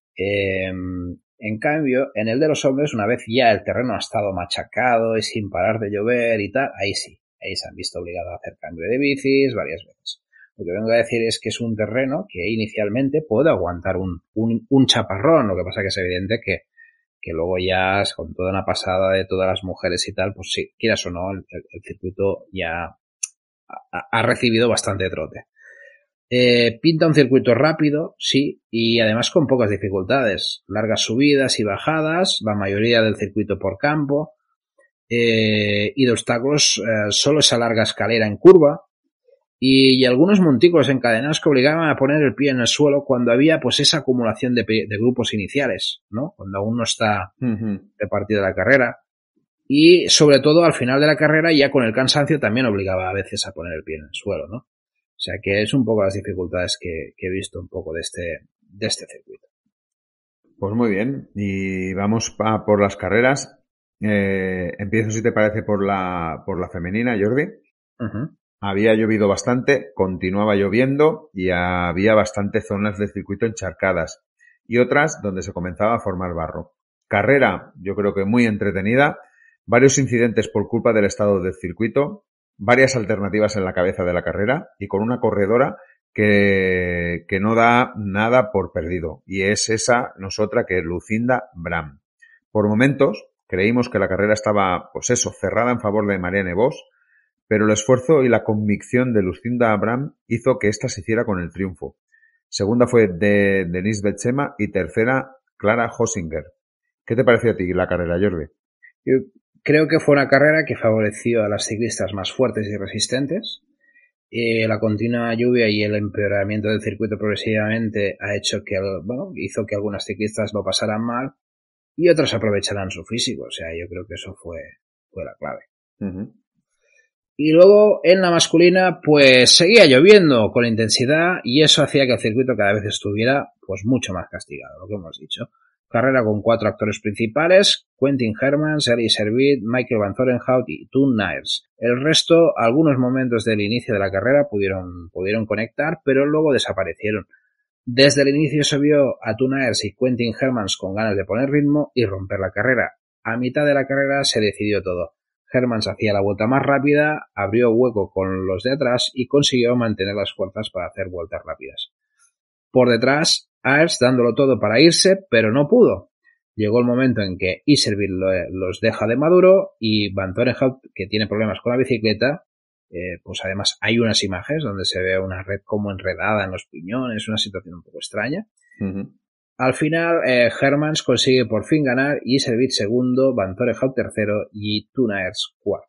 en cambio, en el de los hombres, una vez ya el terreno ha estado machacado y sin parar de llover y tal, ahí sí, ahí se han visto obligados a hacer cambio de bicis varias veces. Lo que vengo a decir es que es un terreno que inicialmente puede aguantar un chaparrón, lo que pasa que es evidente que luego ya, con toda una pasada de todas las mujeres y tal, pues sí, quieras o no, el circuito ya ha recibido bastante trote. Pinta un circuito rápido, sí, y además con pocas dificultades, largas subidas y bajadas, la mayoría del circuito por campo. y de obstáculos solo esa larga escalera en curva y algunos montículos encadenados que obligaban a poner el pie en el suelo cuando había pues esa acumulación de grupos iniciales, ¿no? Cuando aún no está repartida la carrera. Y sobre todo al final de la carrera, ya con el cansancio, también obligaba a veces a poner el pie en el suelo, ¿no? O sea que es un poco las dificultades que he visto un poco de este circuito. Pues muy bien, y vamos por las carreras. Empiezo, si te parece, por la femenina, Jordi. Uh-huh. Había llovido bastante, continuaba lloviendo y había bastantes zonas del circuito encharcadas y otras donde se comenzaba a formar barro. Carrera, yo creo que muy entretenida, varios incidentes por culpa del estado del circuito, varias alternativas en la cabeza de la carrera y con una corredora que no da nada por perdido, y es otra que Lucinda Brand. Por momentos creímos que la carrera estaba, pues eso, cerrada en favor de Marianne Vos, pero el esfuerzo y la convicción de Lucinda Brand hizo que ésta se hiciera con el triunfo. Segunda fue de Denise Betsema y tercera Clara Hosinger. ¿Qué te pareció a ti la carrera, Jordi? Yo creo que fue una carrera que favoreció a las ciclistas más fuertes y resistentes. La continua lluvia y el empeoramiento del circuito progresivamente ha hecho que, hizo que algunas ciclistas lo pasaran mal y otras aprovecharan su físico. O sea, yo creo que eso fue la clave. Uh-huh. Y luego en la masculina pues seguía lloviendo con intensidad y eso hacía que el circuito cada vez estuviera pues mucho más castigado, lo que hemos dicho. Carrera con 4 actores principales, Quentin Hermans, Elie Servet, Michael Van Zorenhout y Toon Naers. El resto, algunos momentos del inicio de la carrera pudieron conectar, pero luego desaparecieron. Desde el inicio se vio a Toon Naers y Quentin Hermans con ganas de poner ritmo y romper la carrera. A mitad de la carrera se decidió todo. Hermans hacía la vuelta más rápida, abrió hueco con los de atrás y consiguió mantener las fuerzas para hacer vueltas rápidas. Por detrás, Aers dándolo todo para irse, pero no pudo. Llegó el momento en que Iservit los deja de maduro y Van Zorenhout, que tiene problemas con la bicicleta, pues además hay unas imágenes donde se ve una red como enredada en los piñones, una situación un poco extraña. Uh-huh. Al final, Hermans consigue por fin ganar y Iservit segundo, Van Zorenhout tercero y Toon Naers cuarto.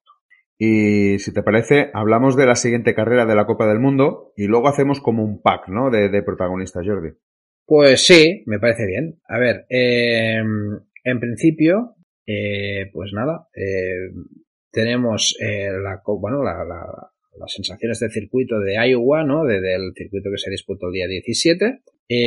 Y si te parece, hablamos de la siguiente carrera de la Copa del Mundo y luego hacemos como un pack, ¿no? de protagonistas, Jordi. Pues sí, me parece bien. A ver, en principio, pues nada, tenemos las sensaciones del circuito de Iowa, ¿no? Del circuito que se disputó el día 17.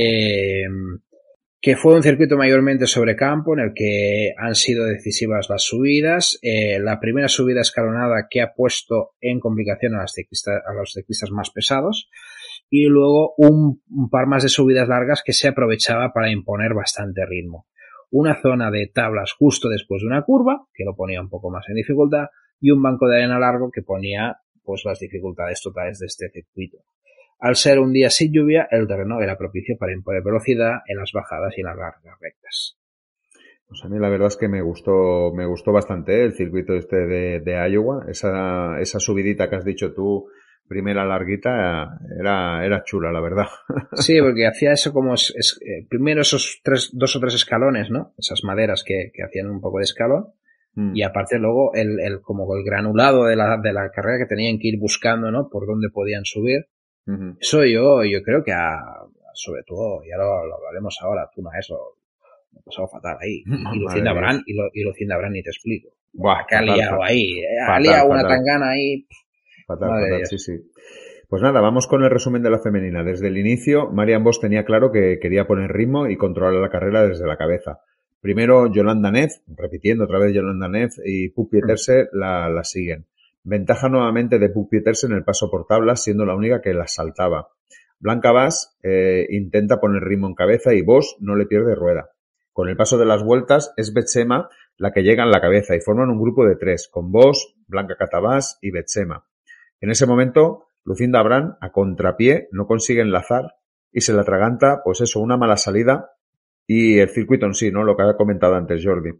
Que fue un circuito mayormente sobre campo en el que han sido decisivas las subidas. La primera subida escalonada que ha puesto en complicación a los ciclistas más pesados y luego un par más de subidas largas que se aprovechaba para imponer bastante ritmo. Una zona de tablas justo después de una curva que lo ponía un poco más en dificultad y un banco de arena largo que ponía pues las dificultades totales de este circuito. Al ser un día sin lluvia, el terreno era propicio para imponer velocidad en las bajadas y en las largas rectas. Pues a mí la verdad es que me gustó bastante el circuito de Iowa. Esa subidita que has dicho tú, primera larguita, era chula, la verdad. Sí, porque hacía eso como primero esos 2 o 3 escalones, ¿no? Esas maderas que hacían un poco de escalón. Y aparte luego como el granulado de la carrera que tenían que ir buscando, ¿no? Por dónde podían subir. Uh-huh. Eso yo creo que sobre todo, ya lo hablaremos ahora, tú no eso, me he pasado fatal ahí. Y Lucinda Brand, y Lucinda Brand ni te explico. Buah, que ha liado ahí, ha liado una tangana ahí. Fatal, sí. Pues nada, vamos con el resumen de la femenina. Desde el inicio, Marianne Vos tenía claro que quería poner ritmo y controlar la carrera desde la cabeza. Primero Jolanda Neff, repitiendo otra vez Jolanda Neff, y Puk Pieterse la siguen. Ventaja nuevamente de Puk Pieterse en el paso por tablas, siendo la única que las saltaba. Blanca Bas intenta poner ritmo en cabeza y Vos no le pierde rueda. Con el paso de las vueltas es Betsema la que llega en la cabeza y forman un grupo de 3, con Vos, Blanca Catabás y Betsema. En ese momento, Lucinda Brand, a contrapié, no consigue enlazar y se le atraganta, pues eso, una mala salida y el circuito en sí, ¿no? Lo que ha comentado antes Jordi.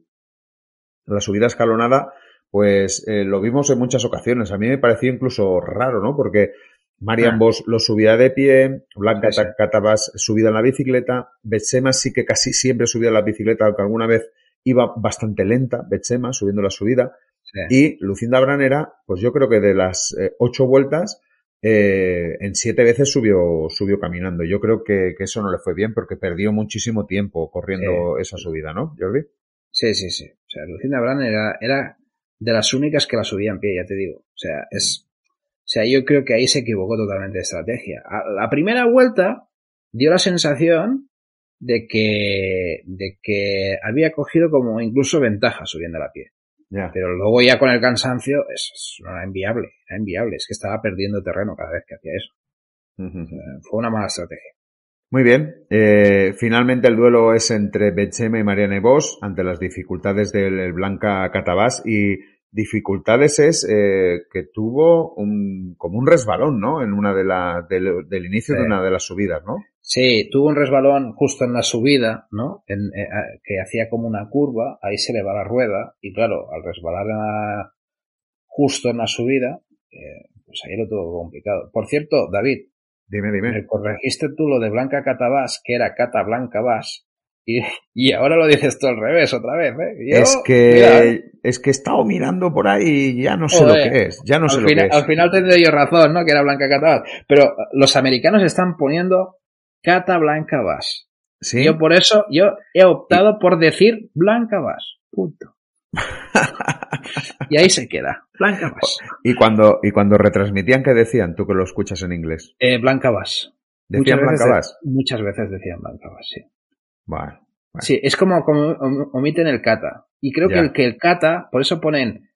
La subida escalonada, pues lo vimos en muchas ocasiones. A mí me pareció incluso raro, ¿no? Porque Marianne Vos lo subía de pie, Blanca Catabás subida en la bicicleta, Betsema sí que casi siempre subía en la bicicleta, aunque alguna vez iba bastante lenta, Betsema subiendo la subida. Sí. Y Lucinda Branera, pues yo creo que de las 8 vueltas, en 7 veces subió caminando. Yo creo que eso no le fue bien porque perdió muchísimo tiempo corriendo Sí, esa subida, ¿no, Jordi? sí, sí, sí. O sea, Lucinda Brand era de las únicas que la subía en pie, ya te digo. O sea, yo creo que ahí se equivocó totalmente de estrategia. A la primera vuelta dio la sensación de que había cogido como incluso ventaja subiendo a pie. Ya. Pero luego ya con el cansancio era inviable, es que estaba perdiendo terreno cada vez que hacía eso. O sea, fue una mala estrategia. Muy bien. Finalmente el duelo es entre Betchema y Marianne Vos ante las dificultades del Blanca Catabás y dificultades es que tuvo como un resbalón, ¿no? En una del inicio de una de las subidas, ¿no? Sí, tuvo un resbalón justo en la subida, ¿no? Que hacía como una curva, ahí se le va la rueda y claro, al resbalar justo en la subida, pues ahí lo tuvo complicado. Por cierto, David, Dime. me corregiste tú lo de Blanca Catabás, que era Cata Blanca Vas, y ahora lo dices tú al revés otra vez, ¿eh? Yo, es que he estado mirando por ahí y ya no sé joder, lo que es. Ya no sé lo que es. Al final tendré yo razón, ¿no? Que era Blanca Catabás. Pero los americanos están poniendo Cata Blanca Vas. ¿Sí? Yo por eso, yo he optado por decir Blanca Vas. Punto. Y ahí se queda. Blanca Vas. Y cuando retransmitían, ¿qué decían? Tú que lo escuchas en inglés. Blanca Vas. ¿Decían Blanca Vas? Muchas veces decían Blanca Vas, sí. Bueno. Sí, es como omiten el kata. Y creo que el kata, por eso ponen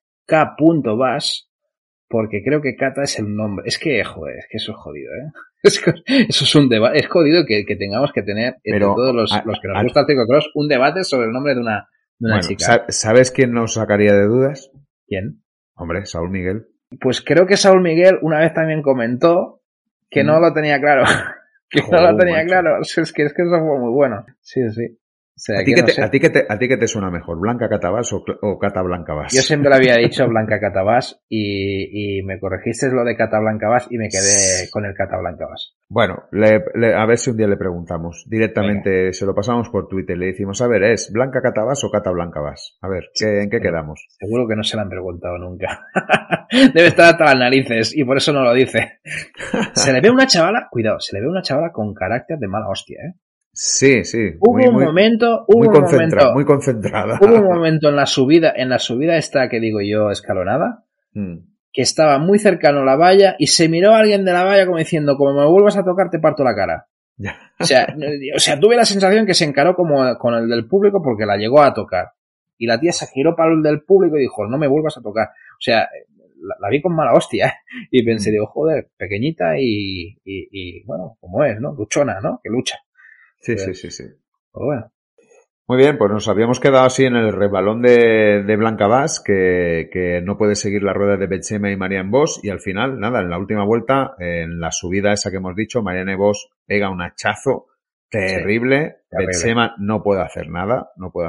K.Vas, porque creo que kata es el nombre. Es que, joder, es que eso es jodido, ¿eh? Eso es un debate. Es jodido que tengamos que tener, entre todos los que nos gusta el ciclocross, un debate sobre el nombre de una chica. ¿Sabes quién nos sacaría de dudas? ¿Quién? Hombre, Saúl Miguel. Pues creo que Saúl Miguel una vez también comentó que no lo tenía claro. No lo tenía claro. Es que eso fue muy bueno. Sí. O sea, ¿A ti qué te suena mejor? ¿Blanca Catabás o Cata Blanca Vas? Yo siempre le había dicho Blanca Catabás y me corregiste lo de Cata Blanca Vas y me quedé con el Cata Blanca Vas. Bueno, a ver si un día le preguntamos. Directamente Venga. Se lo pasamos por Twitter. Le decimos, a ver, ¿es Blanca Catabás o Cata Blanca Vas? A ver, ¿en qué quedamos? Seguro que no se lo han preguntado nunca. Debe estar hasta las narices y por eso no lo dice. Se le ve una chavala, cuidado, se le ve una chavala con carácter de mala hostia, ¿eh? Sí. Hubo un momento. Muy concentrada. Hubo un momento en la subida esta que digo yo escalonada, que estaba muy cercano a la valla y se miró a alguien de la valla como diciendo, como me vuelvas a tocar te parto la cara. O sea, tuve la sensación que se encaró como con el del público porque la llegó a tocar. Y la tía se giró para el del público y dijo, no me vuelvas a tocar. O sea, la vi con mala hostia, ¿eh? Y pensé, digo, joder, pequeñita y bueno, como es, ¿no? Luchona, ¿no? Que lucha. Sí. Pues bueno. Muy bien, pues nos habíamos quedado así en el resbalón de Blanca Vas, que no puede seguir la rueda de Betchema y Marianne Vos, y al final, nada, en la última vuelta, en la subida esa que hemos dicho, Marianne Vos pega un hachazo terrible, Betchema no puede hacer nada,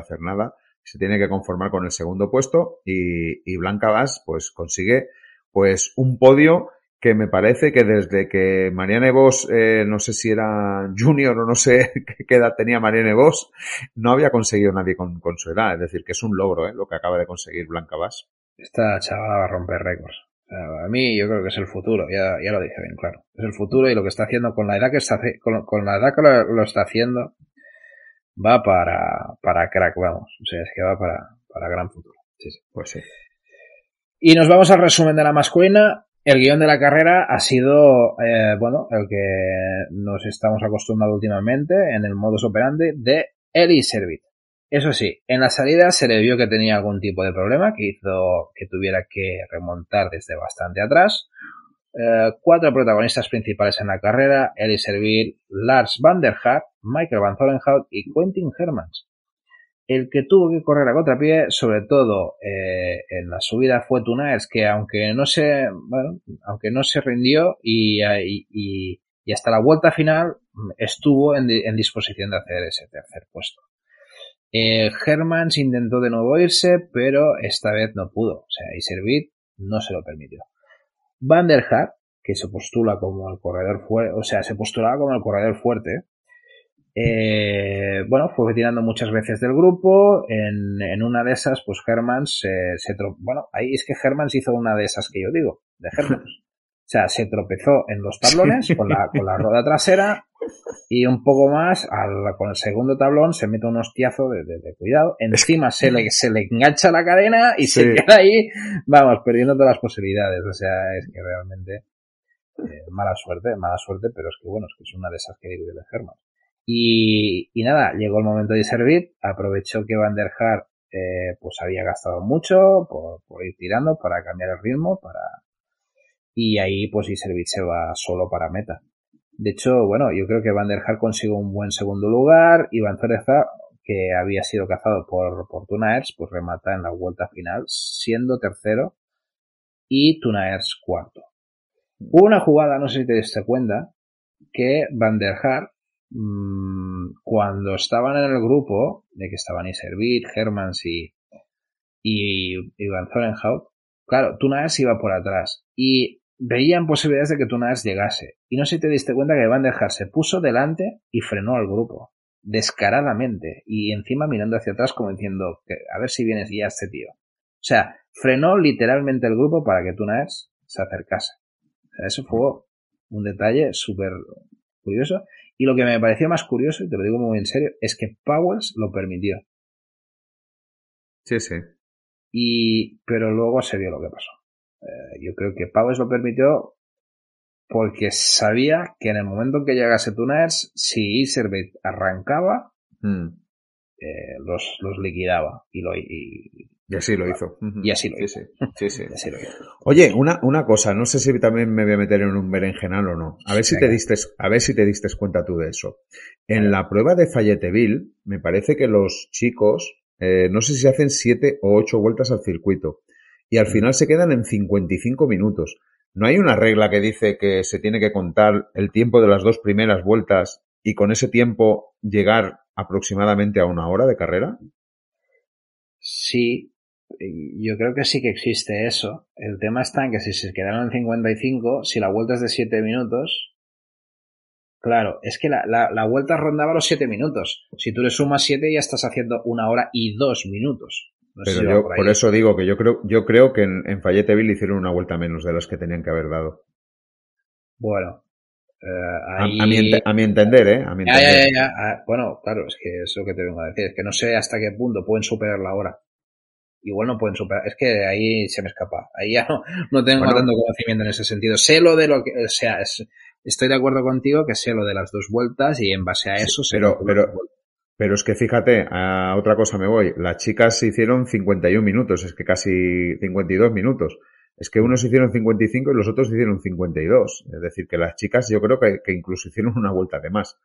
se tiene que conformar con el segundo puesto, y Blanca Vas, pues consigue, pues, un podio que me parece que desde que Marianne Vos, no sé si era junior o no sé qué edad tenía Marianne Vos, no había conseguido nadie con su edad. Es decir, que es un logro, lo que acaba de conseguir Blanca Vas. Esta chavala va a romper récords. O sea, a mí yo creo que es el futuro, ya lo dije bien claro. Es el futuro y lo que está haciendo con la edad que lo está haciendo va para crack, vamos. O sea, es que va para gran futuro. Sí. Pues sí. Y nos vamos al resumen de la masculina. El guión de la carrera ha sido, el que nos estamos acostumbrados últimamente en el modus operandi de Eli Servit. Eso sí, en la salida se le vio que tenía algún tipo de problema que hizo que tuviera que remontar desde bastante atrás. 4 protagonistas principales en la carrera, Eli Servit, Lars van der Haar, Michael Van Zolenhout y Quentin Hermans. El que tuvo que correr a contrapié, sobre todo en la subida, fue Tunaers, que aunque no se rindió y hasta la vuelta final estuvo en disposición de hacer ese tercer puesto. Hermans intentó de nuevo irse, pero esta vez no pudo. O sea, Iservit no se lo permitió. Van der Haar, que se postula como el corredor fuerte, se postulaba como el corredor fuerte, Bueno, fue tirando muchas veces del grupo. En una de esas, pues Hermans bueno, ahí es que Hermans hizo una de esas que yo digo, de Hermans. O sea, se tropezó en los tablones con la rueda trasera y un poco más, con el segundo tablón se mete un hostiazo de cuidado. Encima se le engancha la cadena y se queda ahí, vamos, perdiendo todas las posibilidades. O sea, es que realmente mala suerte, pero es que bueno, es que es una de esas que digo yo de Hermans. Y nada, llegó el momento de servir, aprovechó que Van der Haar pues había gastado mucho por ir tirando para cambiar el ritmo, y ahí pues Iservit se va solo para meta. De hecho, bueno, yo creo que Van der Haar consiguió un buen segundo lugar y Van Zoreza, que había sido cazado por Tunaers, pues remata en la vuelta final siendo tercero y Tunaers cuarto. Hubo una jugada, no sé si te diste cuenta, que Van der Haar, cuando estaban en el grupo, de que estaban Iservit, Hermans y Van Zorenhout, claro, Tunaers iba por atrás y veían posibilidades de que Tunaers llegase. Y no sé si te diste cuenta que Van der Haar se puso delante y frenó al grupo, descaradamente, y encima mirando hacia atrás como diciendo, a ver si vienes ya este tío. O sea, frenó literalmente el grupo para que Tunaers se acercase. O sea, eso fue un detalle súper curioso. Y lo que me pareció más curioso, y te lo digo muy en serio, es que Powers lo permitió. Sí, sí. Pero luego se vio lo que pasó. Yo creo que Powers lo permitió porque sabía que en el momento en que llegase Tunaers, si Iservit arrancaba, los liquidaba. Y así lo hizo. Y así lo hizo. Sí, sí. Y así lo hizo. Oye, una cosa, no sé si también me voy a meter en un berenjenal o no. A ver si te diste cuenta tú de eso. En la prueba de Fayetteville, me parece que los chicos, no sé si hacen 7 o 8 vueltas al circuito. Y al final se quedan en 55 minutos. ¿No hay una regla que dice que se tiene que contar el tiempo de las 2 primeras vueltas y con ese tiempo llegar aproximadamente a 1 hora de carrera? Sí, yo creo que sí que existe eso. El tema está en que si se quedaron en 55, si la vuelta es de 7 minutos, claro, es que la vuelta rondaba los 7 minutos. Si tú le sumas 7 ya estás haciendo 1 hora y 2 minutos. No sé pero si yo por eso digo que yo creo que en Fayetteville hicieron una vuelta menos de las que tenían que haber dado. Bueno, ahí... a mi entender, A mi entender. Ya. Bueno, claro, es que es lo que te vengo a decir. Es que no sé hasta qué punto pueden superar la hora. Igual no pueden superar. Es que ahí se me escapa. Ahí ya no tengo tanto conocimiento en ese sentido. Sé lo de lo que... O sea, estoy de acuerdo contigo que sé lo de las 2 vueltas y en base a eso... Sí, pero es que fíjate, a otra cosa me voy. Las chicas se hicieron 51 minutos, es que casi 52 minutos. Es que unos hicieron 55 y los otros hicieron 52. Es decir, que las chicas yo creo que incluso hicieron una vuelta de más.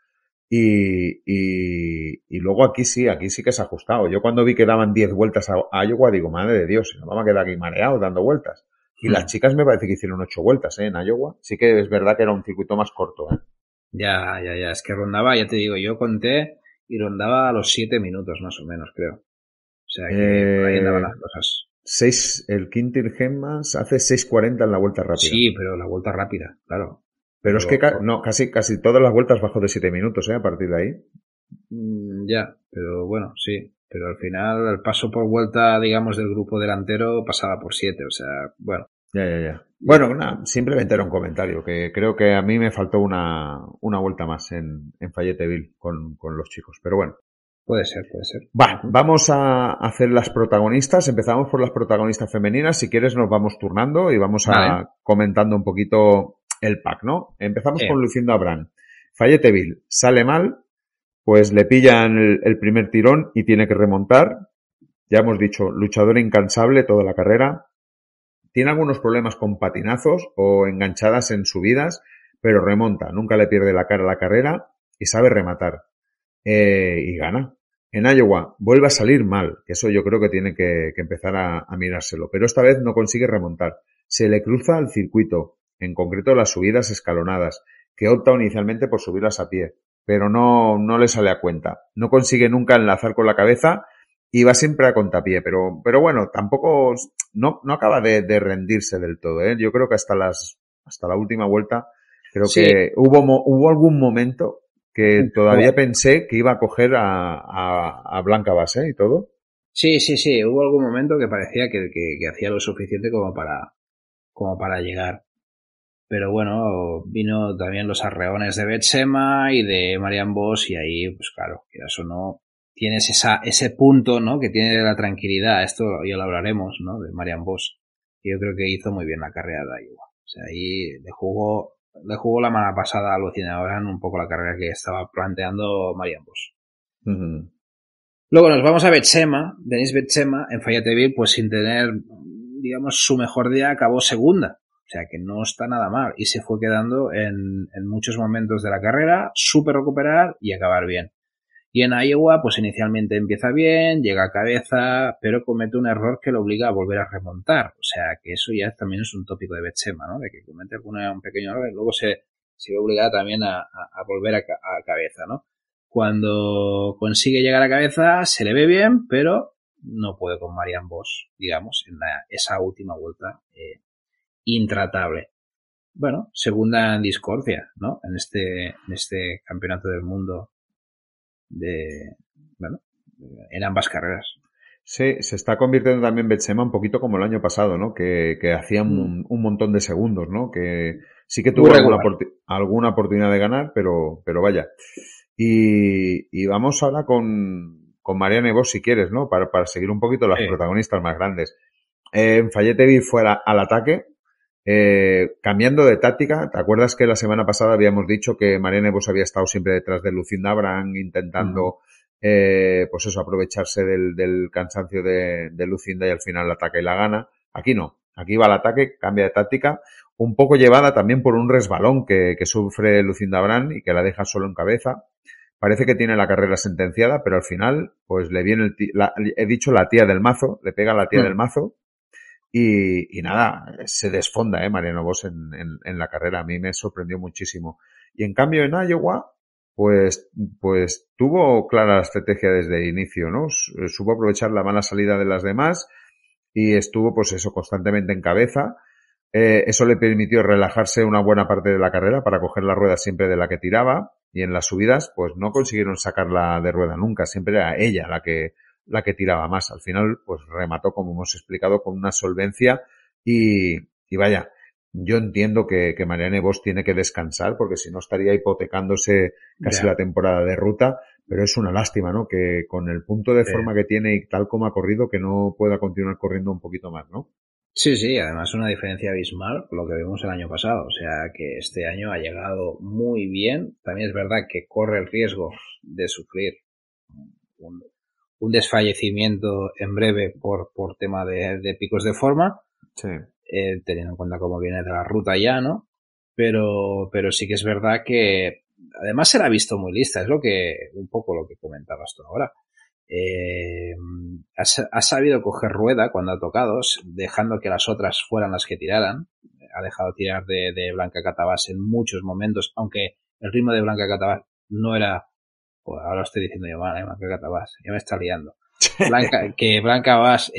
Y luego aquí sí que se ha ajustado. Yo cuando vi que daban 10 vueltas a Iowa digo, madre de Dios, nos vamos a quedar aquí mareados dando vueltas. Y las chicas me parece que hicieron 8 vueltas, en Iowa. Sí que es verdad que era un circuito más corto, Ya. Es que rondaba, ya te digo, yo conté y rondaba a los 7 minutos más o menos, creo. O sea que por ahí andaban las cosas. El Quintil Hermans hace 6:40 en la vuelta rápida. Sí, pero la vuelta rápida, claro. Pero es que casi todas las vueltas bajo de 7 minutos, a partir de ahí. Ya, pero bueno, sí. Pero al final el paso por vuelta, digamos, del grupo delantero pasaba por 7, o sea, bueno. Ya. Bueno, simplemente era un comentario, que creo que a mí me faltó una vuelta más en Fayetteville con los chicos, pero bueno. Puede ser. Vamos a hacer las protagonistas. Empezamos por las protagonistas femeninas. Si quieres nos vamos turnando y vamos comentando un poquito el pack, ¿no? Empezamos con Lucinda Brand. Fayetteville sale mal, pues le pillan el primer tirón y tiene que remontar. Ya hemos dicho, luchadora incansable toda la carrera. Tiene algunos problemas con patinazos o enganchadas en subidas, pero remonta. Nunca le pierde la cara a la carrera y sabe rematar. Y gana. En Iowa vuelve a salir mal, que eso yo creo que tiene que empezar a mirárselo, pero esta vez no consigue remontar. Se le cruza el circuito, en concreto las subidas escalonadas, que opta inicialmente por subirlas a pie, pero no le sale a cuenta. No consigue nunca enlazar con la cabeza y va siempre a contapié, pero bueno, tampoco no acaba de rendirse del todo, ¿eh? Yo creo que hasta la última vuelta creo que hubo algún momento que todavía pensé que iba a coger a Blanca Base y todo. Sí, hubo algún momento que parecía que hacía lo suficiente como para llegar. Pero bueno, vino también los arreones de Betsema y de Marianne Vos, y ahí, pues claro, quieras o no, tienes ese punto, ¿no?, que tiene la tranquilidad. Esto ya lo hablaremos, ¿no?, de Marianne Vos. Y yo creo que hizo muy bien la carrera de Iowa. O sea, ahí le jugó la mala pasada a Lucinda Brand un poco la carrera que estaba planteando Marianne Vos. Uh-huh. Luego nos vamos a Betsema. Denise Betsema en Fayetteville, pues sin tener, digamos, su mejor día, acabó segunda. O sea que no está nada mal. Y se fue quedando en muchos momentos de la carrera, súper recuperar y acabar bien. Y en Iowa, pues inicialmente empieza bien, llega a cabeza, pero comete un error que lo obliga a volver a remontar. O sea que eso ya también es un tópico de Betsema, ¿no? De que comete un pequeño error y luego se ve obligada también a volver a cabeza, ¿no? Cuando consigue llegar a cabeza, se le ve bien, pero no puede con Marianne Vos, digamos, en esa última vuelta intratable. Bueno, segunda en discordia, ¿no? En este campeonato del mundo en ambas carreras. Sí, se está convirtiendo también Betsema un poquito como el año pasado, ¿no? Que hacían un montón de segundos, ¿no? Que sí que tuvo alguna oportunidad de ganar, pero vaya. Y vamos ahora con Marianne Vos, si quieres, ¿no? Para seguir un poquito las protagonistas más grandes. En Fayetteville fue al ataque, cambiando de táctica. ¿Te acuerdas que la semana pasada habíamos dicho que Marianne Vos había estado siempre detrás de Lucinda Brand, intentando, pues eso, aprovecharse del cansancio de Lucinda y al final la ataca y la gana? Aquí no. Aquí va al ataque, cambia de táctica, un poco llevada también por un resbalón que sufre Lucinda Brand y que la deja solo en cabeza. Parece que tiene la carrera sentenciada, pero al final, pues le viene he dicho la tía del mazo, le pega a la tía del mazo y nada, se desfonda, Marianne Vos en la carrera. A mí me sorprendió muchísimo. Y en cambio en Iowa, pues tuvo clara la estrategia desde el inicio, ¿no? Supo aprovechar la mala salida de las demás y estuvo, pues eso, constantemente en cabeza. Eso le permitió relajarse una buena parte de la carrera para coger la rueda siempre de la que tiraba, y en las subidas pues no consiguieron sacarla de rueda nunca, siempre era ella la que tiraba más. Al final pues remató, como hemos explicado, con una solvencia y vaya, yo entiendo que Marianne Vos tiene que descansar porque si no estaría hipotecándose casi la temporada de ruta, pero es una lástima, ¿no? Que con el punto de forma que tiene y tal como ha corrido, que no pueda continuar corriendo un poquito más, ¿no? Sí, además una diferencia abismal lo que vimos el año pasado, o sea que este año ha llegado muy bien. También es verdad que corre el riesgo de sufrir un desfallecimiento en breve por tema de picos de forma, sí. Teniendo en cuenta cómo viene de la ruta ya, ¿no? Pero sí que es verdad que además se la ha visto muy lista, es un poco lo que comentabas tú ahora. Ha sabido coger rueda cuando ha tocado, dejando que las otras fueran las que tiraran. Ha dejado tirar de Blanca Catabás en muchos momentos, aunque el ritmo de Blanca Catabás no era, pues ahora estoy diciendo yo mal, Blanca Catabás, ya me está liando. Blanca Bass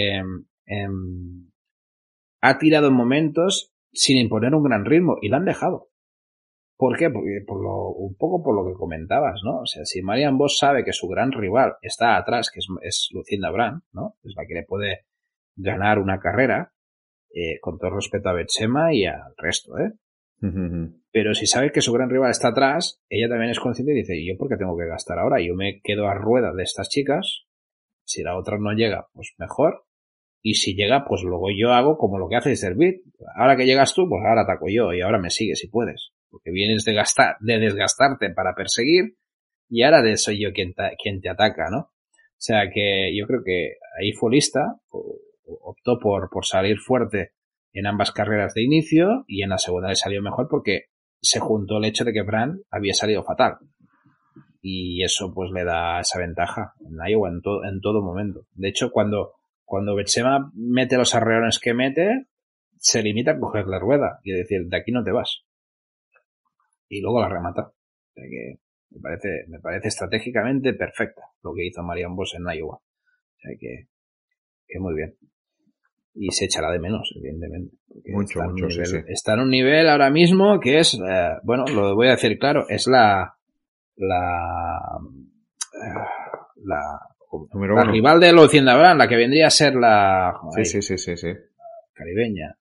ha tirado en momentos sin imponer un gran ritmo y la han dejado. ¿Por qué? Porque un poco por lo que comentabas, ¿no? O sea, si Marianne Vos sabe que su gran rival está atrás, que es Lucinda Brand, ¿no? Es la que le puede ganar una carrera, con todo respeto a Betsema y al resto, ¿eh? Pero si sabe que su gran rival está atrás, ella también es consciente y dice, ¿yo por qué tengo que gastar ahora? Yo me quedo a rueda de estas chicas, si la otra no llega, pues mejor, y si llega, pues luego yo hago como lo que hace Servit. Ahora que llegas tú, pues ahora ataco yo y ahora me sigues si puedes. Porque vienes de desgastarte para perseguir y ahora soy yo quien te ataca, ¿no? O sea que yo creo que ahí fue lista, optó por salir fuerte en ambas carreras de inicio y en la segunda le salió mejor porque se juntó el hecho de que Brand había salido fatal. Y eso pues le da esa ventaja en Iowa en todo momento. De hecho, cuando Betsema mete los arreones que mete, se limita a coger la rueda y decir, de aquí no te vas. Y luego la remata. O sea que me parece estratégicamente perfecta lo que hizo Marianne Vos en Iowa. O sea que muy bien. Y se echará de menos, evidentemente. Mucho, sí. Está en un nivel ahora mismo que es, bueno, lo voy a decir claro, es la rival de Lucinda Brand, la que vendría a ser la... Sí. Caribeña.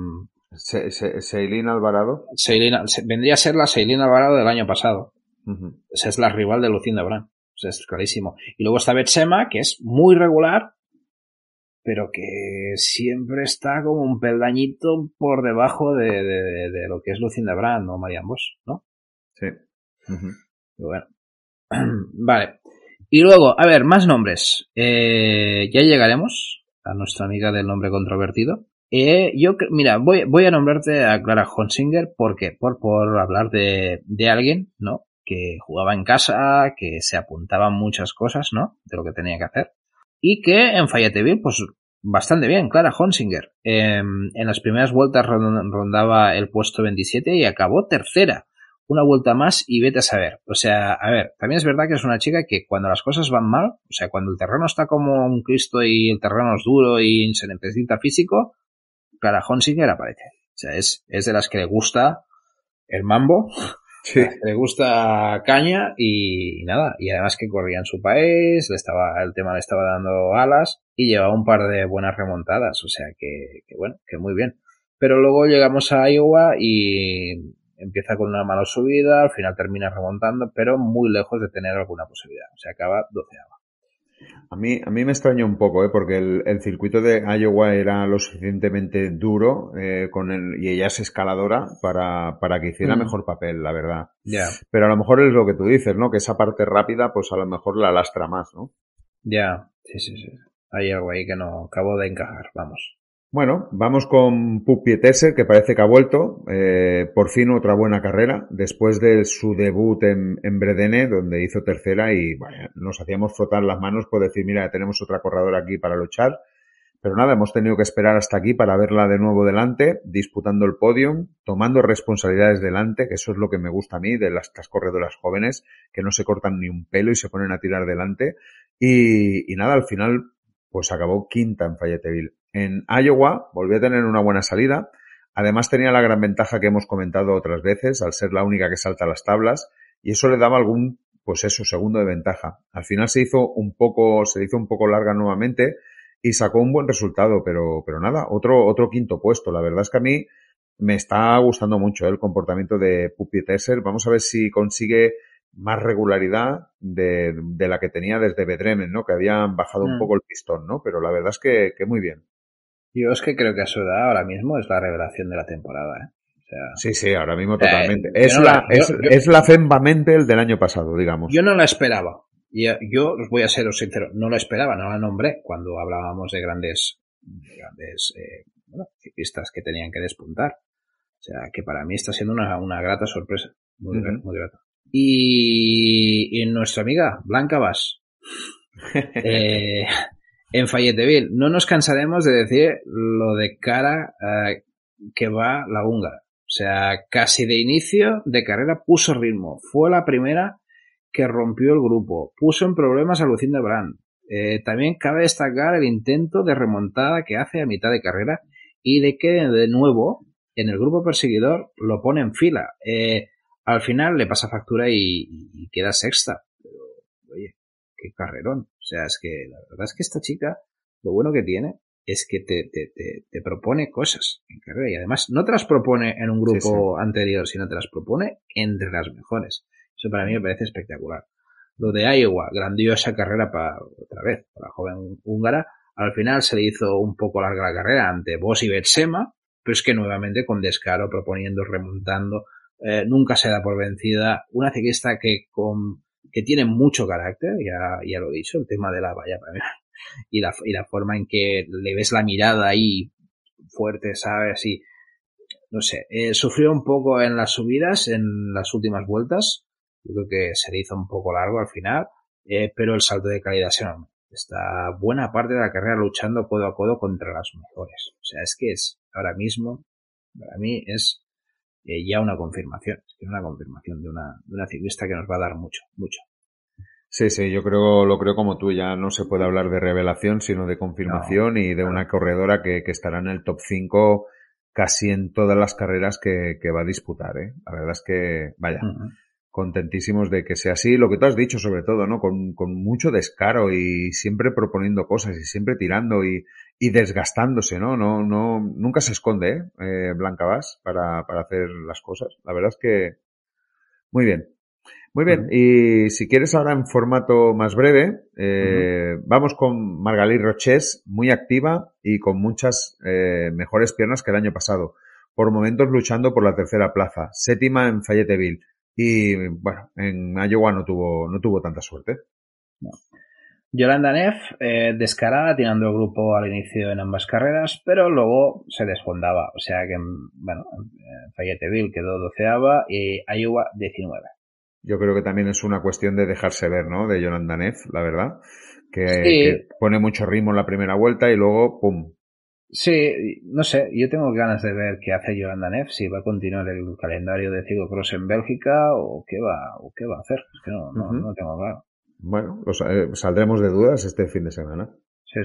Seilín Alvarado. Vendría a ser la Seilín Alvarado del año pasado. Uh-huh. Esa es la rival de Lucinda Brand. O sea, es clarísimo. Y luego está Betsema, que es muy regular, pero que siempre está como un peldañito por debajo de lo que es Lucinda Brand o Marianne Vos, ¿no? Sí. Uh-huh. Y bueno. Vale. Y luego, a ver, más nombres. Ya llegaremos a nuestra amiga del nombre controvertido. Mira, voy a nombrarte a Clara Honsinger. ¿Por qué? Por hablar de alguien, ¿no? Que jugaba en casa, que se apuntaba muchas cosas, ¿no? De lo que tenía que hacer. Y que en Fayetteville, pues bastante bien, Clara Honsinger. En las primeras vueltas rondaba el puesto 27 y acabó tercera. Una vuelta más y vete a saber. O sea, a ver, también es verdad que es una chica que cuando las cosas van mal, o sea, cuando el terreno está como un Cristo y el terreno es duro y se necesita físico, Clara Honsinger aparece. O sea, es de las que le gusta el mambo, sí. Le gusta caña y nada. Y además que corría en su país, el tema le estaba dando alas y llevaba un par de buenas remontadas. O sea, que bueno, que muy bien. Pero luego llegamos a Iowa y empieza con una mala subida, al final termina remontando, pero muy lejos de tener alguna posibilidad. O sea, acaba 12ª. A mí me extrañó un poco, porque el circuito de Iowa era lo suficientemente duro y ella es escaladora para que hiciera mejor papel, la verdad. Yeah. Pero a lo mejor es lo que tú dices, ¿no? Que esa parte rápida, pues a lo mejor la lastra más, ¿no? Ya, sí. Hay algo ahí que no acabo de encajar, vamos. Bueno, vamos con Puck Pieterse, que parece que ha vuelto. Por fin otra buena carrera, después de su debut en Bredene, donde hizo tercera y bueno, nos hacíamos frotar las manos por decir, mira, tenemos otra corredora aquí para luchar. Pero nada, hemos tenido que esperar hasta aquí para verla de nuevo delante, disputando el podium, tomando responsabilidades delante, que eso es lo que me gusta a mí de estas corredoras jóvenes, que no se cortan ni un pelo y se ponen a tirar delante. Y nada, al final, pues acabó quinta en Fayetteville. En Iowa volvió a tener una buena salida. Además tenía la gran ventaja que hemos comentado otras veces, al ser la única que salta las tablas, y eso le daba algún, pues eso, segundo de ventaja. Al final se hizo un poco larga nuevamente y sacó un buen resultado, pero nada, otro quinto puesto. La verdad es que a mí me está gustando mucho el comportamiento de Puck Pieterse. Vamos a ver si consigue más regularidad de la que tenía desde Vedremen, ¿no? Que habían bajado un poco el pistón, ¿no? Pero la verdad es que muy bien. Yo es que creo que a su edad ahora mismo es la revelación de la temporada, ¿eh? O sea, sí, ahora mismo totalmente. Es la Femba Mentel del año pasado, digamos. Yo no la esperaba. Yo os voy a ser sincero, no la esperaba, no la nombré cuando hablábamos de grandes ciclistas que tenían que despuntar. O sea, que para mí está siendo una grata sorpresa. Muy grata. Y nuestra amiga, Blanca Bas. En Fayetteville, no nos cansaremos de decir lo de cara que va la húngara. O sea, casi de inicio de carrera puso ritmo. Fue la primera que rompió el grupo. Puso en problemas a Lucinda Brand. También cabe destacar el intento de remontada que hace a mitad de carrera y de que de nuevo en el grupo perseguidor lo pone en fila. Al final le pasa factura y queda sexta. Pero, oye, qué carrerón. O sea, es que la verdad es que esta chica, lo bueno que tiene es que te propone cosas en carrera y además no te las propone en un grupo anterior, sino te las propone entre las mejores. Eso para mí me parece espectacular. Lo de Iowa, grandiosa carrera para la joven húngara. Al final se le hizo un poco larga la carrera ante Vos y Betsema, pero es que nuevamente con descaro, proponiendo, remontando, nunca se da por vencida. Una ciclista que tiene mucho carácter, ya lo he dicho, el tema de la valla para mí, y la forma en que le ves la mirada ahí fuerte, ¿sabes? Y no sé, sufrió un poco en las subidas, en las últimas vueltas. Yo creo que se le hizo un poco largo al final, pero el salto de calidad es enorme. Está buena parte de la carrera luchando codo a codo contra las mejores. O sea, es que es ahora mismo, para mí es ya una confirmación. Es que es una confirmación de una ciclista que nos va a dar mucho. Sí, yo lo creo como tú. Ya no se puede hablar de revelación, sino de confirmación y de una corredora que estará en el top 5 casi en todas las carreras que va a disputar, ¿eh? La verdad es que, vaya, contentísimos de que sea así. Lo que tú has dicho, sobre todo, ¿no? Con mucho descaro y siempre proponiendo cosas y siempre tirando y desgastándose, ¿no? Nunca se esconde, Blanca Bass para hacer las cosas. La verdad es que muy bien. Muy bien, y si quieres ahora en formato más breve, vamos con Margalí Roches, muy activa y con muchas mejores piernas que el año pasado. Por momentos luchando por la tercera plaza, séptima en Fayetteville. Y bueno, en Iowa no tuvo tanta suerte. No. Yolanda Neff, descarada, tirando el grupo al inicio en ambas carreras, pero luego se desfondaba. O sea que, bueno, Fayetteville quedó 12ª y Iowa 19. Yo creo que también es una cuestión de dejarse ver, ¿no? De Yolanda Neff, la verdad. Sí. Que pone mucho ritmo en la primera vuelta y luego, ¡pum! Sí, no sé, yo tengo ganas de ver qué hace Yolanda Neff, si va a continuar el calendario de ciclocross en Bélgica o qué va a hacer. Es que no tengo claro. Bueno, saldremos de dudas este fin de semana. Sí.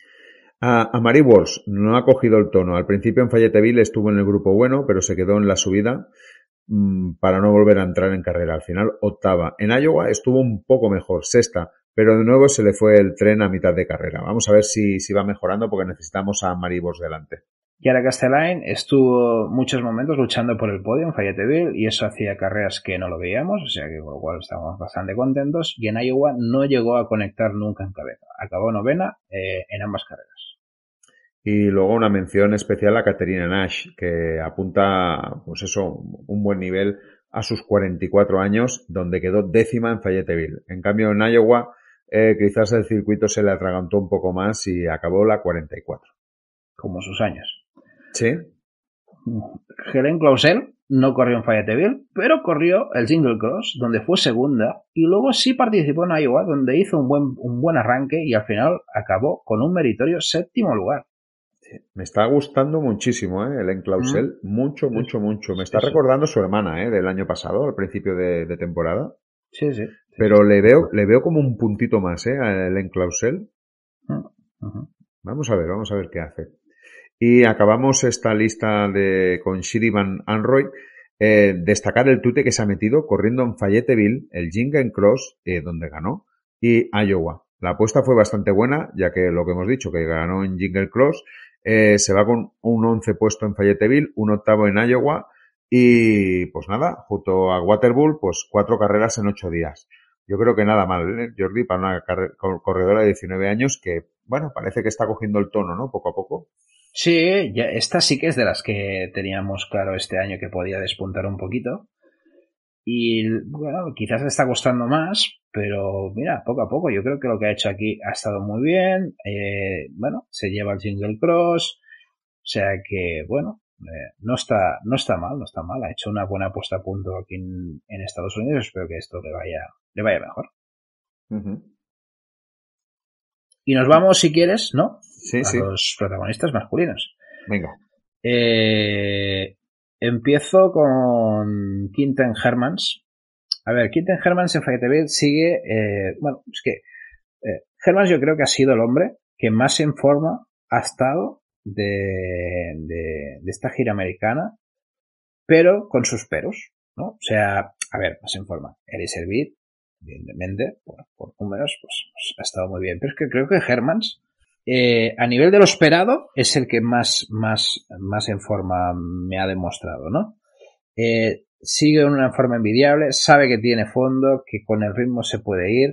A Mary Wars no ha cogido el tono. Al principio en Fayetteville estuvo en el grupo bueno, pero se quedó en la subida para no volver a entrar en carrera. Al final, 8ª. En Iowa estuvo un poco mejor, 6ª, pero de nuevo se le fue el tren a mitad de carrera. Vamos a ver si va mejorando porque necesitamos a Mary Wars delante. Yara Castellain estuvo muchos momentos luchando por el podio en Fayetteville y eso hacía carreras que no lo veíamos, o sea que con lo cual estábamos bastante contentos. Y en Iowa no llegó a conectar nunca en cabeza. Acabó 9ª en ambas carreras. Y luego una mención especial a Caterina Nash, que apunta, pues eso, un buen nivel a sus 44 años, donde quedó 10ª en Fayetteville. En cambio, en Iowa, quizás el circuito se le atragantó un poco más y acabó la 44. Como sus años. Sí. Helen Clausel no corrió en Fayetteville, pero corrió el Jingle Cross, donde fue segunda, y luego sí participó en Iowa, donde hizo un buen arranque y al final acabó con un meritorio 7º lugar. Me está gustando muchísimo, Helen Clausel. Mucho. Me está recordando su hermana, del año pasado, al principio de temporada. Sí. Pero le veo como un puntito más, a Helen Clausel. Vamos a ver qué hace. Y acabamos esta lista con Shiri Van Anrooy. Destacar el tute que se ha metido corriendo en Fayetteville, el Jingle Cross, donde ganó, y Iowa. La apuesta fue bastante buena, ya que lo que hemos dicho, que ganó en Jingle Cross, se va con un 11 puesto en Fayetteville, un 8º en Iowa, y pues nada, junto a Waterbull, pues 4 carreras en 8 días. Yo creo que nada mal, Jordi, para una corredora de 19 años que, bueno, parece que está cogiendo el tono, ¿no? Poco a poco. Sí, esta sí que es de las que teníamos claro este año que podía despuntar un poquito. Y bueno, quizás le está costando más, pero mira, poco a poco. Yo creo que lo que ha hecho aquí ha estado muy bien. Bueno, se lleva el Jingle Cross. O sea que, bueno, no está mal. Ha hecho una buena puesta a punto aquí en Estados Unidos. Espero que esto le vaya mejor. Y nos vamos, si quieres, ¿no? Sí. Los protagonistas masculinos. Venga. Empiezo con Quinten Hermans. A ver, Quinten Hermans en Fayetteville sigue... bueno, es que Hermans yo creo que ha sido el hombre que más en forma ha estado de esta gira americana, pero con sus peros, ¿no? O sea, a ver, más en forma. Eliezer-Beat, evidentemente, por números, pues ha estado muy bien. Pero es que creo que Hermans, a nivel de lo esperado, es el que más en forma me ha demostrado, ¿no? Sigue en una forma envidiable, sabe que tiene fondo, que con el ritmo se puede ir.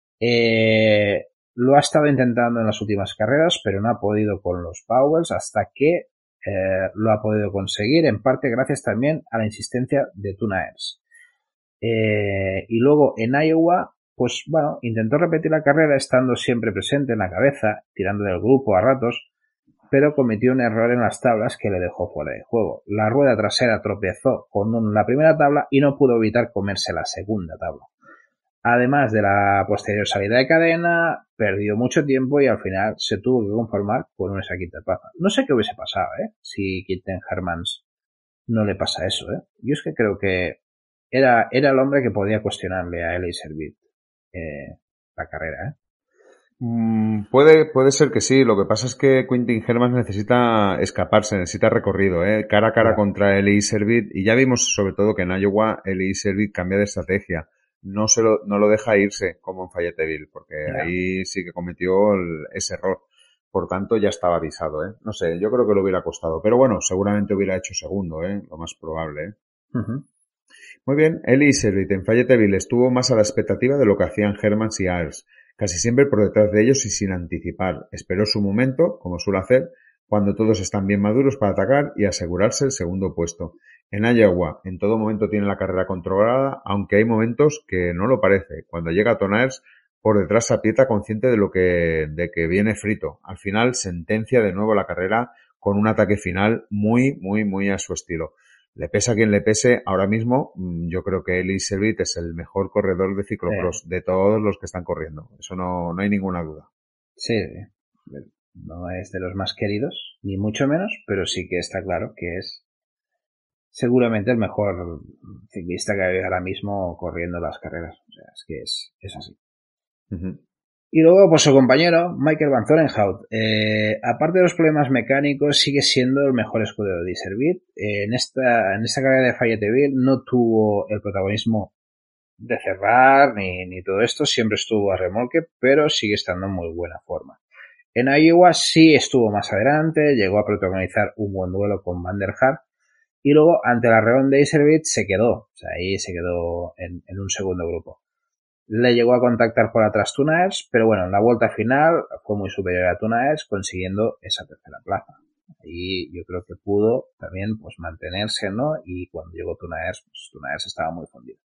Lo ha estado intentando en las últimas carreras, pero no ha podido con los Powells hasta que lo ha podido conseguir, en parte gracias también a la insistencia de Tuna Ernst. Y luego en Iowa, pues bueno, intentó repetir la carrera estando siempre presente en la cabeza, tirando del grupo a ratos, pero cometió un error en las tablas que le dejó fuera de juego. La rueda trasera tropezó con la primera tabla y no pudo evitar comerse la segunda tabla. Además de la posterior salida de cadena, perdió mucho tiempo y al final se tuvo que conformar con una quinta plaza. No sé qué hubiese pasado, si Quinten Hermans no le pasa eso, Yo es que creo que era el hombre que podía cuestionarle a Eliezer-Beat la carrera, Puede ser que sí. Lo que pasa es que Quintin Hermans necesita escaparse, necesita recorrido, cara a cara contra Eli Iserbyt. Y ya vimos sobre todo que en Iowa Eli Iserbyt cambia de estrategia. No lo deja irse como en Fayetteville, porque ahí sí que cometió ese error. Por tanto, ya estaba avisado, No sé, yo creo que lo hubiera costado. Pero bueno, seguramente hubiera hecho segundo, lo más probable, Uh-huh. Muy bien, Eli Iserbyt en Fayetteville estuvo más a la expectativa de lo que hacían Hermans y Ayres, casi siempre por detrás de ellos y sin anticipar. Esperó su momento, como suele hacer, cuando todos están bien maduros para atacar y asegurarse el segundo puesto. En Iowa, en todo momento tiene la carrera controlada, aunque hay momentos que no lo parece. Cuando llega Tom Ayres, por detrás se aprieta consciente de que viene frito. Al final sentencia de nuevo la carrera con un ataque final muy a su estilo. Le pese a quien le pese, ahora mismo yo creo que Eli Iserbyt es el mejor corredor de ciclocross de todos los que están corriendo. Eso no hay ninguna duda. Sí, no es de los más queridos, ni mucho menos, pero sí que está claro que es seguramente el mejor ciclista que hay ahora mismo corriendo las carreras. O sea, es que es así. Uh-huh. Y luego, pues su compañero, Michael Van Zorenhout, aparte de los problemas mecánicos, sigue siendo el mejor escudero de Iserbyt. En esta carrera de Fayetteville no tuvo el protagonismo de cerrar ni todo esto, siempre estuvo a remolque, pero sigue estando en muy buena forma. En Iowa sí estuvo más adelante, llegó a protagonizar un buen duelo con Van der Haar, y luego ante la Reón de Iserbyt se quedó, o sea, ahí se quedó en un segundo grupo. Le llegó a contactar por atrás Tom Ayres, pero bueno, en la vuelta final fue muy superior a Tom Ayres, consiguiendo esa tercera plaza. Y yo creo que pudo también pues mantenerse, ¿no? Y cuando llegó Tom Ayres, pues Tom Ayres estaba muy fundido.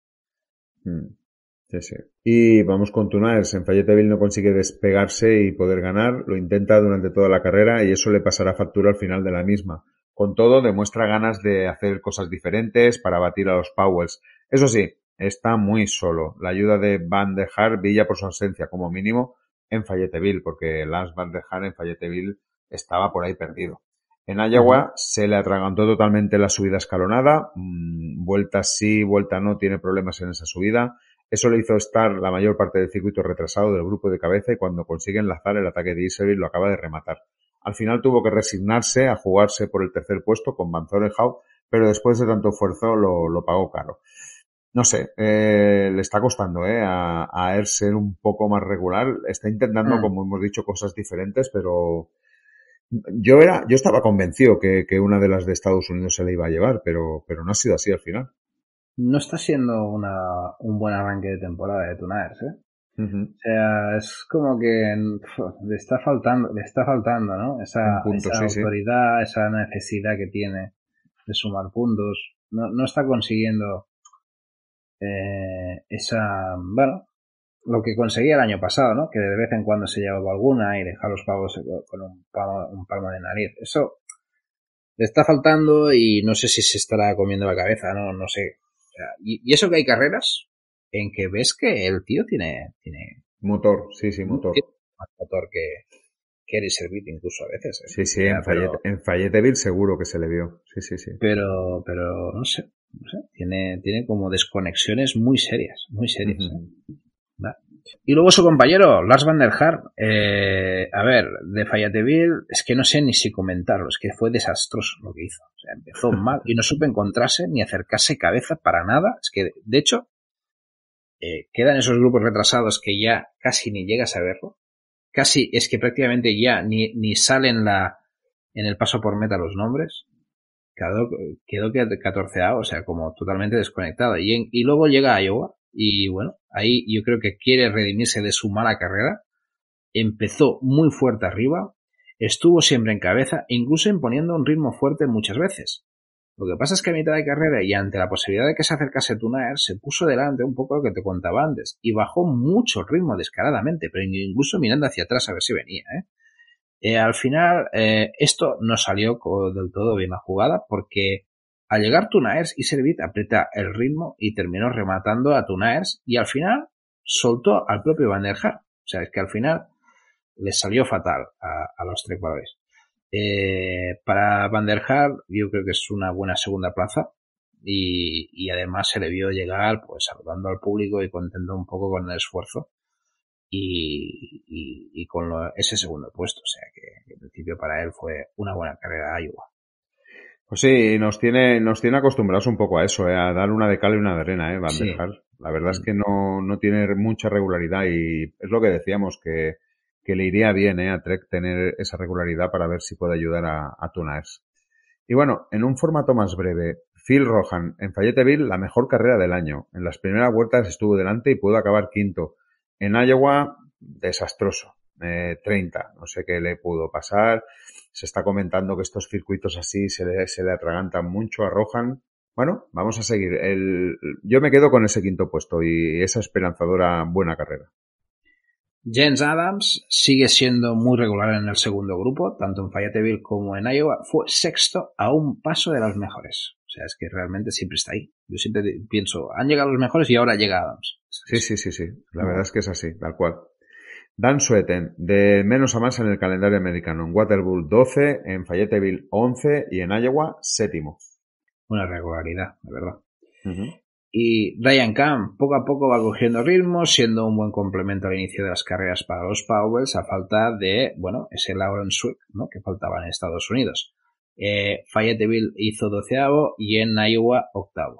Sí. Y vamos con Tom Ayres. En Fayetteville no consigue despegarse y poder ganar. Lo intenta durante toda la carrera y eso le pasará factura al final de la misma. Con todo, demuestra ganas de hacer cosas diferentes para batir a los Powells. Eso sí, está muy solo. La ayuda de Van der Haar brilla por su ausencia, como mínimo, en Fayetteville, porque Lance Van der Haar en Fayetteville estaba por ahí perdido. En Iowa se le atragantó totalmente la subida escalonada. Vuelta sí, vuelta no, tiene problemas en esa subida. Eso le hizo estar la mayor parte del circuito retrasado del grupo de cabeza y cuando consigue enlazar el ataque de Iserbyt lo acaba de rematar. Al final tuvo que resignarse a jugarse por el tercer puesto con Van Zorenhout, pero después de tanto esfuerzo lo pagó caro. No sé, le está costando a él ser un poco más regular. Está intentando, como hemos dicho, cosas diferentes, pero yo estaba convencido que una de las de Estados Unidos se le iba a llevar, pero no ha sido así al final. No está siendo un buen arranque de temporada de Tom Ayres, Uh-huh. O sea, es como que le está faltando, ¿no? Esa autoridad, sí. Esa necesidad que tiene de sumar puntos. No está consiguiendo lo que conseguía el año pasado, ¿no? Que de vez en cuando se llevaba alguna y dejaba los pavos con un palmo de nariz. Eso le está faltando y no sé si se estará comiendo la cabeza, no sé. O sea, y eso que hay carreras en que ves que el tío tiene motor, sí, motor. Tiene más motor que el Iserbyt incluso a veces. Sí, en Fayetteville seguro que se le vio. Sí. Pero no sé, tiene como desconexiones muy serias. Uh-huh. ¿Vale? Y luego su compañero, Lars Van der Haar, a ver, de Fayetteville, es que no sé ni si comentarlo, es que fue desastroso lo que hizo. O sea, empezó mal y no supe encontrarse ni acercarse cabeza para nada. Es que, de hecho, quedan esos grupos retrasados que ya casi ni llegas a verlo. Casi es que prácticamente ya ni salen en el paso por meta los nombres. Quedó 14º, o sea, como totalmente desconectado. Y luego llega a Iowa. Y bueno, ahí yo creo que quiere redimirse de su mala carrera. Empezó muy fuerte arriba, estuvo siempre en cabeza, incluso imponiendo un ritmo fuerte muchas veces. Lo que pasa es que a mitad de carrera y ante la posibilidad de que se acercase Tom Ayres, se puso delante un poco lo que te contaba antes y bajó mucho el ritmo descaradamente, pero incluso mirando hacia atrás a ver si venía. Al final, esto no salió del todo bien la jugada porque al llegar Tom Ayres, Iserbyt aprieta el ritmo y terminó rematando a Tom Ayres y al final soltó al propio Van der Haar. O sea, es que al final les salió fatal a los trepadores. Para Van der Haar yo creo que es una buena segunda plaza y además se le vio llegar pues saludando al público y contento un poco con el esfuerzo y con ese segundo puesto. O sea que en principio para él fue una buena carrera de Iowa. Pues sí, nos tiene acostumbrados un poco a eso, a dar una de cal y una de arena, Van Sí. der Haar. La verdad es que no tiene mucha regularidad y es lo que decíamos, que le iría bien a Trek tener esa regularidad para ver si puede ayudar a Tunaers. Y bueno, en un formato más breve, Phil Rohan en Fayetteville, la mejor carrera del año. En las primeras vueltas estuvo delante y pudo acabar quinto. En Iowa, desastroso. 30. No sé qué le pudo pasar. Se está comentando que estos circuitos así se le atragantan mucho a Rohan. Bueno, vamos a seguir. Yo me quedo con ese quinto puesto y esa esperanzadora buena carrera. Jens Adams sigue siendo muy regular en el segundo grupo, tanto en Fayetteville como en Iowa. Fue sexto a un paso de los mejores. O sea, es que realmente siempre está ahí. Yo siempre pienso, han llegado los mejores y ahora llega Adams. Sí. La verdad es que es así, tal cual. Dan Sueten, de menos a más en el calendario americano. En Waterbull 12, en Fayetteville 11 y en Iowa 7º. Una regularidad, de verdad. Uh-huh. Y Ryan Camp poco a poco va cogiendo ritmo, siendo un buen complemento al inicio de las carreras para los Powells, a falta de, ese Lawrence Swift, ¿no?, que faltaba en Estados Unidos. Fayetteville hizo 12º y en Iowa 8º.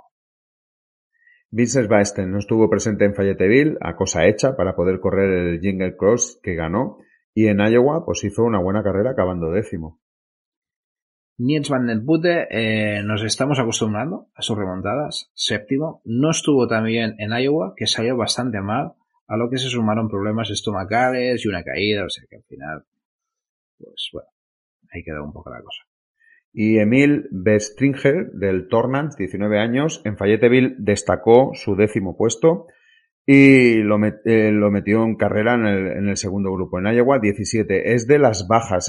Vincent Baesten no estuvo presente en Fayetteville, a cosa hecha para poder correr el Jingle Cross que ganó, y en Iowa pues hizo una buena carrera acabando 10º. Niels van den Putte, nos estamos acostumbrando a sus remontadas, 7º. No estuvo también en Iowa, que salió bastante mal, a lo que se sumaron problemas estomacales y una caída, o sea que al final, pues bueno, ahí quedó un poco la cosa. Y Emil Bestringer, del Tornans, 19 años, en Fayetteville destacó su 10º puesto y lo metió en carrera en el segundo grupo. En Iowa, 17. Es de las bajas,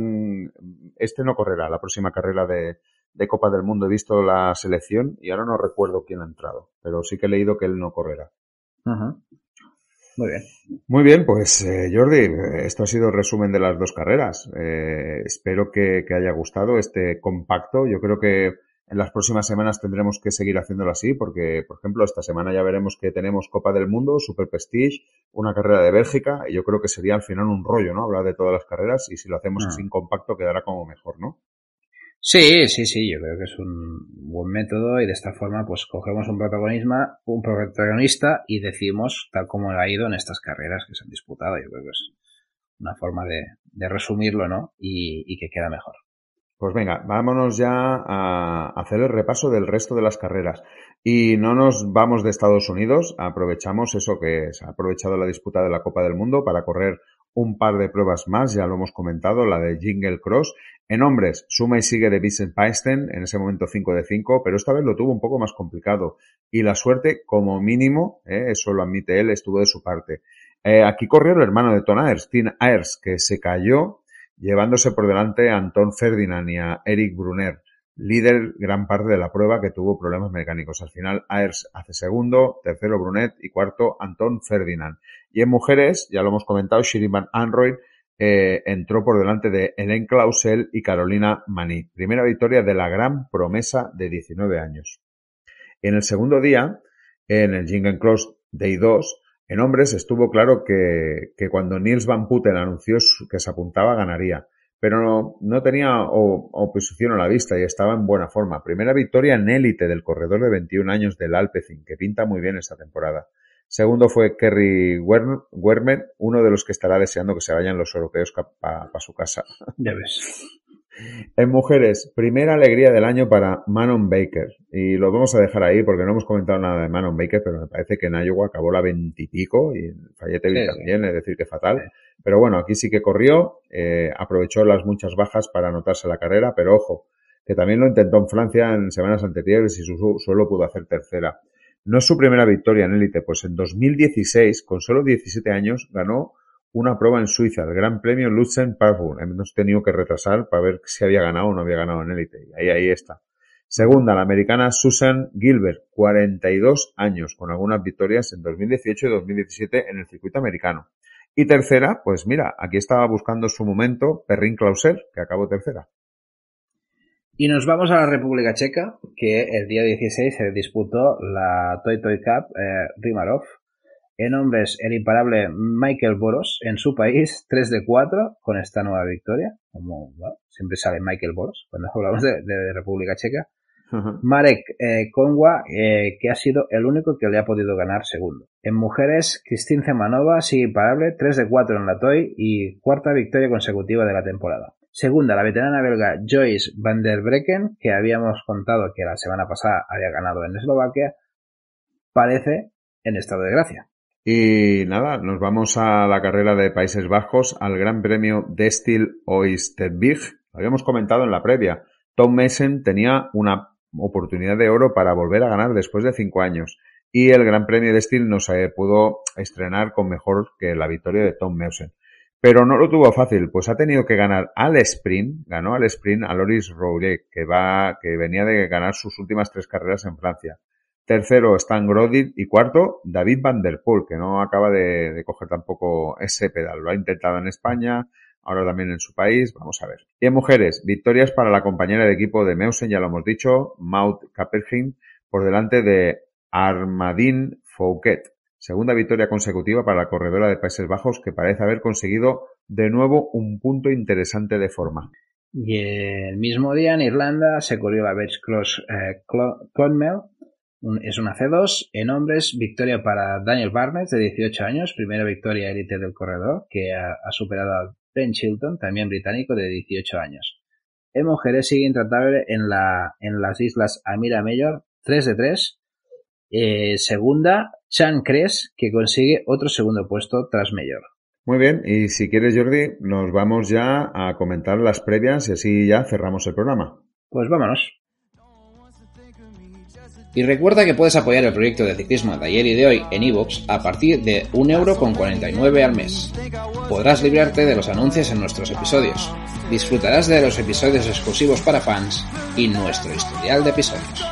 este no correrá la próxima carrera de Copa del Mundo. He visto la selección y ahora no recuerdo quién ha entrado, pero sí que he leído que él no correrá. Uh-huh. Muy bien. Muy bien, pues Jordi, esto ha sido el resumen de las dos carreras. Espero que haya gustado este compacto. Yo creo que en las próximas semanas tendremos que seguir haciéndolo así porque, por ejemplo, esta semana ya veremos que tenemos Copa del Mundo, Super Prestige, una carrera de Bélgica y yo creo que sería al final un rollo, ¿no?, hablar de todas las carreras y si lo hacemos así en compacto quedará como mejor, ¿no? Sí, yo creo que es un buen método y de esta forma pues cogemos un protagonista y decimos tal como ha ido en estas carreras que se han disputado. Yo creo que es una forma de resumirlo, ¿no? Y que queda mejor. Pues venga, vámonos ya a hacer el repaso del resto de las carreras. Y no nos vamos de Estados Unidos, aprovechamos eso que se ha aprovechado la disputa de la Copa del Mundo para correr un par de pruebas más, ya lo hemos comentado, la de Jingle Cross. En hombres, suma y sigue de Vincent Paisten, en ese momento 5 de 5, pero esta vez lo tuvo un poco más complicado. Y la suerte, como mínimo, eso lo admite él, estuvo de su parte. Aquí corrió el hermano de Ton Aers, Tim Aers, que se cayó llevándose por delante a Anton Ferdinand y a Eric Brunner, líder gran parte de la prueba que tuvo problemas mecánicos. Al final Aers hace segundo, tercero Brunet y cuarto Anton Ferdinand. Y en mujeres, ya lo hemos comentado, Shirin Van Anrooij entró por delante de Hélène Clausel y Carolina Maní. Primera victoria de la gran promesa de 19 años. En el segundo día, en el Jingle Cross Day 2, en hombres estuvo claro que cuando Niels Van Putten anunció que se apuntaba ganaría, pero no tenía oposición a la vista y estaba en buena forma. Primera victoria en élite del corredor de 21 años del Alpecin, que pinta muy bien esta temporada. Segundo fue Kerry Werner, uno de los que estará deseando que se vayan los europeos para su casa. Ya ves. En mujeres, primera alegría del año para Manon Baker. Y lo vamos a dejar ahí porque no hemos comentado nada de Manon Baker, pero me parece que en Iowa acabó la 20 y pico y en Fayetteville también, es decir, que fatal. Sí. Pero bueno, aquí sí que corrió, aprovechó las muchas bajas para anotarse la carrera, pero ojo, que también lo intentó en Francia en semanas anteriores y solo pudo hacer tercera. No es su primera victoria en élite, pues en 2016, con solo 17 años, ganó una prueba en Suiza, el Gran Premio Lutsen-Parbourg. Hemos tenido que retrasar para ver si había ganado o no había ganado en élite. Y ahí está. Segunda, la americana Susan Gilbert, 42 años, con algunas victorias en 2018 y 2017 en el circuito americano. Y tercera, pues mira, aquí estaba buscando su momento Perrin Clauser, que acabó tercera. Y nos vamos a la República Checa, que el día 16 se disputó la Toy Toy Cup Rimarov. En hombres, el imparable Michael Boros en su país, 3-4 con esta nueva victoria. Como bueno, siempre sale Michael Boros cuando hablamos de República Checa. Marek Konwa, que ha sido el único que le ha podido ganar segundo. En mujeres, Christine Zemanova sigue imparable, 3-4 en la TOY y cuarta victoria consecutiva de la temporada. Segunda, la veterana belga Joyce van der Brecken, que habíamos contado que la semana pasada había ganado en Eslovaquia, parece en estado de gracia. Y nada, nos vamos a la carrera de Países Bajos, al Gran Premio Destil Oosterweg. Lo habíamos comentado en la previa. Tom Mesen tenía una oportunidad de oro para volver a ganar después de 5 años. Y el Gran Premio de Steel no se pudo estrenar con mejor que la victoria de Tom Mesen. Pero no lo tuvo fácil, pues ha tenido que ganar al sprint, ganó al sprint a Loris Roulet, que venía de ganar sus últimas 3 carreras en Francia. Tercero, Stan Grodin, y cuarto, David Van der Poel, que no acaba de coger tampoco ese pedal. Lo ha intentado en España, ahora también en su país, vamos a ver. Y en mujeres, victorias para la compañera de equipo de Meusen, ya lo hemos dicho, Maud Kapelgin, por delante de Armadine Fouquet. Segunda victoria consecutiva para la corredora de Países Bajos, que parece haber conseguido de nuevo un punto interesante de forma. Y el mismo día en Irlanda se corrió la Beach Cross Clonmel. Es una C2. En hombres, victoria para Daniel Barnes, de 18 años, primera victoria élite del corredor, que ha superado a Ben Chilton, también británico, de 18 años. En mujeres sigue intratable en las islas Amira Mayor, 3-3. Segunda, Chan Cres, que consigue otro segundo puesto tras Mayor. Muy bien, y si quieres, Jordi, nos vamos ya a comentar las previas y así ya cerramos el programa. Pues vámonos. Y recuerda que puedes apoyar el proyecto de ciclismo de ayer y de hoy en iVoox a partir de 1,49 € al mes. Podrás librarte de los anuncios en nuestros episodios, disfrutarás de los episodios exclusivos para fans y nuestro historial de episodios.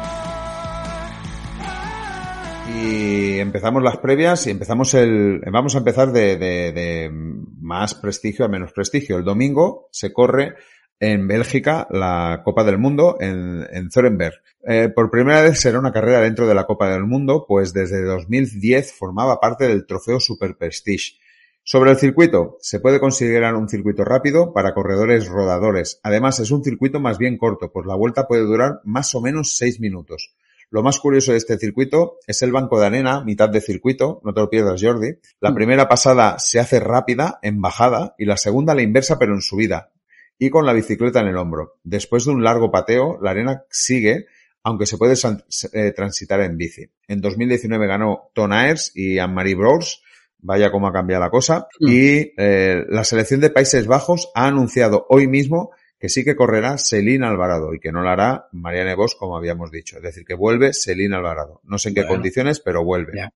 Y empezamos las previas y vamos a empezar de más prestigio a menos prestigio. El domingo se corre en Bélgica la Copa del Mundo en Zorenberg. Por primera vez será una carrera dentro de la Copa del Mundo, pues desde 2010 formaba parte del trofeo Super Prestige. Sobre el circuito, se puede considerar un circuito rápido para corredores rodadores. Además, es un circuito más bien corto, pues la vuelta puede durar más o menos 6 minutos. Lo más curioso de este circuito es el banco de arena, mitad de circuito, no te lo pierdas, Jordi. La primera pasada se hace rápida, en bajada, y la segunda la inversa, pero en subida, y con la bicicleta en el hombro. Después de un largo pateo, la arena sigue, aunque se puede transitar en bici. En 2019 ganó Ton Aers y Anne-Marie Brouwers, vaya cómo ha cambiado la cosa, y la selección de Países Bajos ha anunciado hoy mismo que sí que correrá Céline Alvarado y que no la hará Marianne Vos, como habíamos dicho. Es decir, que vuelve Céline Alvarado. No sé en qué condiciones, pero vuelve. Ya.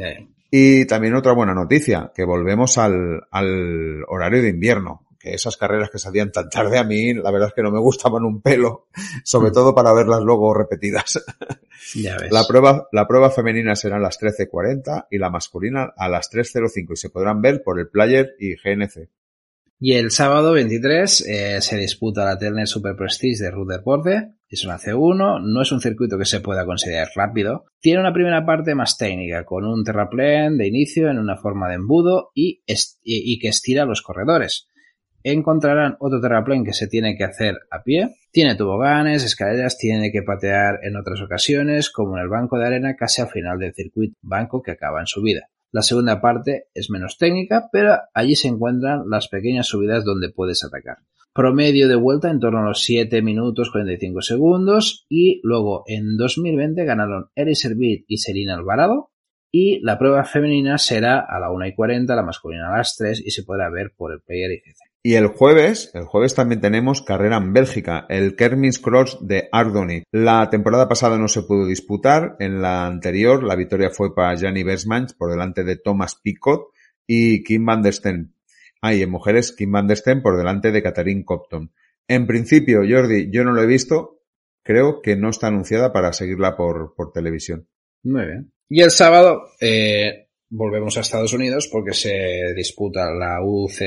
Y también otra buena noticia, que volvemos al horario de invierno. Que esas carreras que salían tan tarde a mí, la verdad es que no me gustaban un pelo, sobre todo para verlas luego repetidas. Ya ves. La prueba femenina será a las 13:40 y la masculina a las 3:05 y se podrán ver por el Player y GNC. Y el sábado 23 se disputa la Telnet Super Prestige de Ruddervoorde. Es una C1, no es un circuito que se pueda considerar rápido. Tiene una primera parte más técnica, con un terraplén de inicio en una forma de embudo y que estira a los corredores. Encontrarán otro terraplén que se tiene que hacer a pie. Tiene toboganes, escaleras, tiene que patear en otras ocasiones, como en el banco de arena casi al final del circuito, banco que acaba en subida. La segunda parte es menos técnica, pero allí se encuentran las pequeñas subidas donde puedes atacar. Promedio de vuelta en torno a los 7 minutos 45 segundos y luego en 2020 ganaron Erik Servet y Céline Alvarado y la prueba femenina será a la 1:40, la masculina a las 3 y se podrá ver por el Player y GC. Y el jueves también tenemos carrera en Bélgica, el Kermis Cross de Ardony. La temporada pasada no se pudo disputar, en la anterior la victoria fue para Gianni Versmans por delante de Thomas Picot y Kim van der Steen. Y en mujeres, Kim van der Steen por delante de Catherine Compton. En principio, Jordi, yo no lo he visto, creo que no está anunciada para seguirla por televisión. Muy bien. Y el sábado volvemos a Estados Unidos porque se disputa la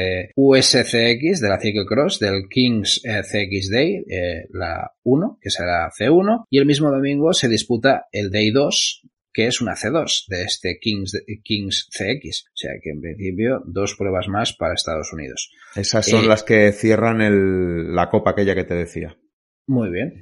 USCX de la Cyclocross del Kings CX Day, la 1, que será C1, y el mismo domingo se disputa el Day 2 que es una C2 de este Kings CX. O sea que en principio 2 pruebas más para Estados Unidos. Esas son las que cierran la copa aquella que te decía. Muy bien.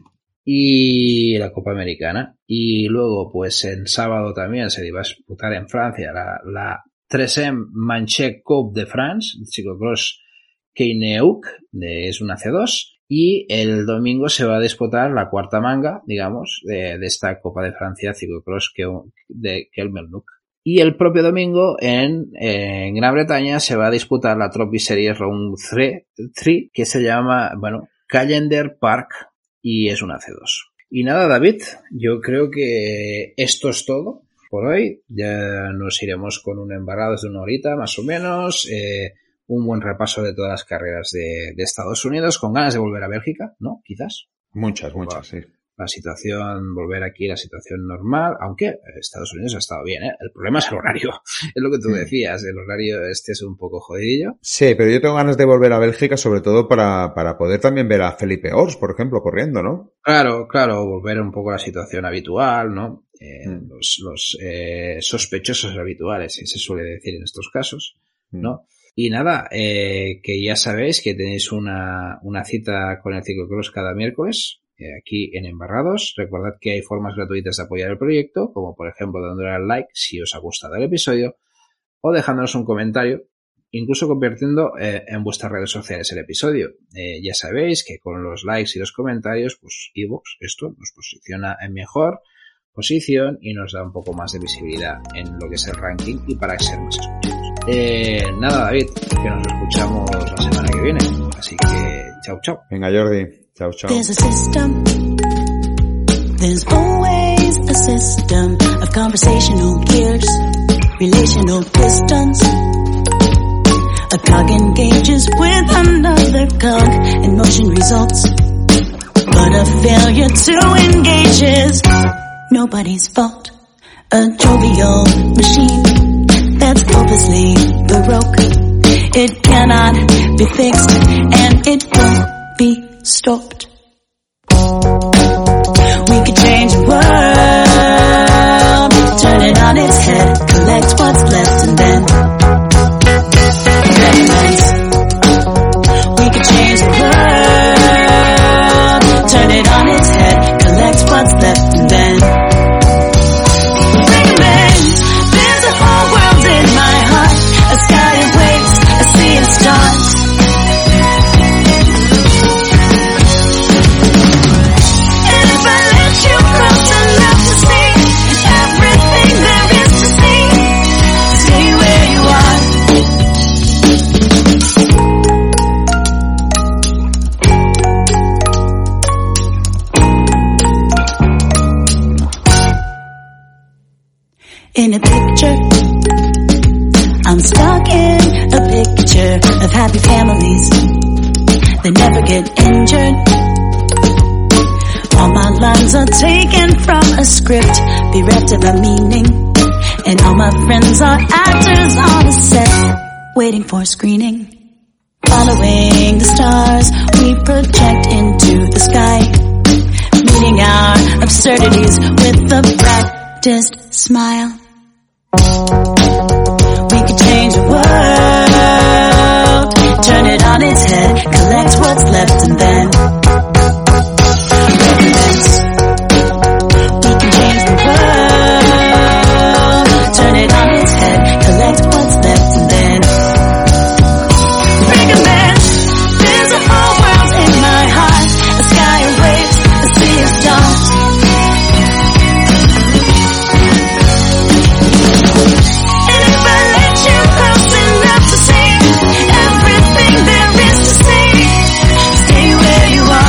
Y la Copa Americana. Y luego, pues en sábado también se iba a disputar en Francia la 3M Manchec Coupe de France, Ciclocross Keineuc, es una C2. Y el domingo se va a disputar la cuarta manga, digamos, de esta Copa de Francia Ciclocross de Kelmernuc. Y el propio domingo en Gran Bretaña se va a disputar la Trophy Series Round 3, que se llama, Callender Park, y es una C2. Y nada, David, yo creo que esto es todo por hoy. Ya nos iremos con un embarrado de 1 horita, más o menos, un buen repaso de todas las carreras de Estados Unidos, con ganas de volver a Bélgica, ¿no? Quizás. Muchas, sí. La situación, volver aquí, la situación normal, aunque Estados Unidos ha estado bien, ¿eh? El problema es el horario. Es lo que tú decías, el horario es un poco jodidillo. Sí, pero yo tengo ganas de volver a Bélgica, sobre todo para poder también ver a Felipe Ors, por ejemplo, corriendo, ¿no? Claro, volver un poco a la situación habitual, ¿no? Los sospechosos habituales, se suele decir en estos casos, ¿no? Y nada, que ya sabéis que tenéis una cita con el Ciclocross cada miércoles, aquí en Embarrados. Recordad que hay formas gratuitas de apoyar el proyecto, como por ejemplo dándole al like si os ha gustado el episodio, o dejándonos un comentario, incluso convirtiendo en vuestras redes sociales el episodio. Ya sabéis que con los likes y los comentarios, pues iVoox, esto nos posiciona en mejor posición y nos da un poco más de visibilidad en lo que es el ranking y para ser más escuchados. Nada, David, que nos escuchamos la semana que viene. Así que, chao. Venga, Jordi. Chao. There's a system. There's always a system of conversational gears, relational pistons. A cog engages with another cog and motion results. But a failure to engage is nobody's fault. A jovial machine that's hopelessly baroque. It cannot be fixed and it won't be stopped. We could change the world, turn it on its head, collect what's left and then recognize. We could change the world, turn it on its head, collect what's left and then recognize. There's a whole world in my heart, a sky of waves, a sea of stars. In a picture, I'm stuck in a picture of happy families that never get injured. All my lines are taken from a script, bereft of a meaning. And all my friends are actors on a set, waiting for screening. Following the stars, we project into the sky, meeting our absurdities with the brightest smile. We could change the world, turn it on its head, collect what's left and then recompense. We can change the world, turn it on its head, collect what's left and then recompense. There's a whole world in my heart, a sky of waves, a sea of stars. Everything there is to see. Stay where you are.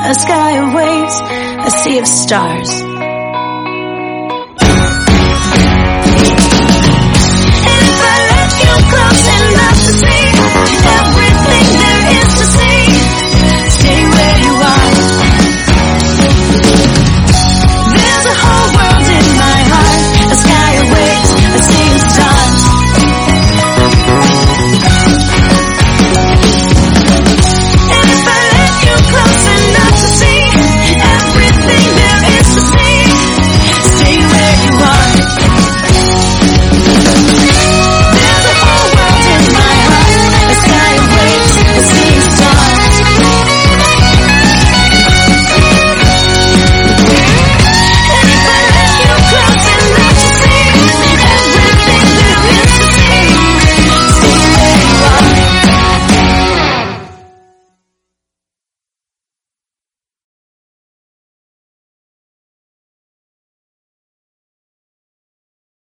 a sky of waves, a sea of stars.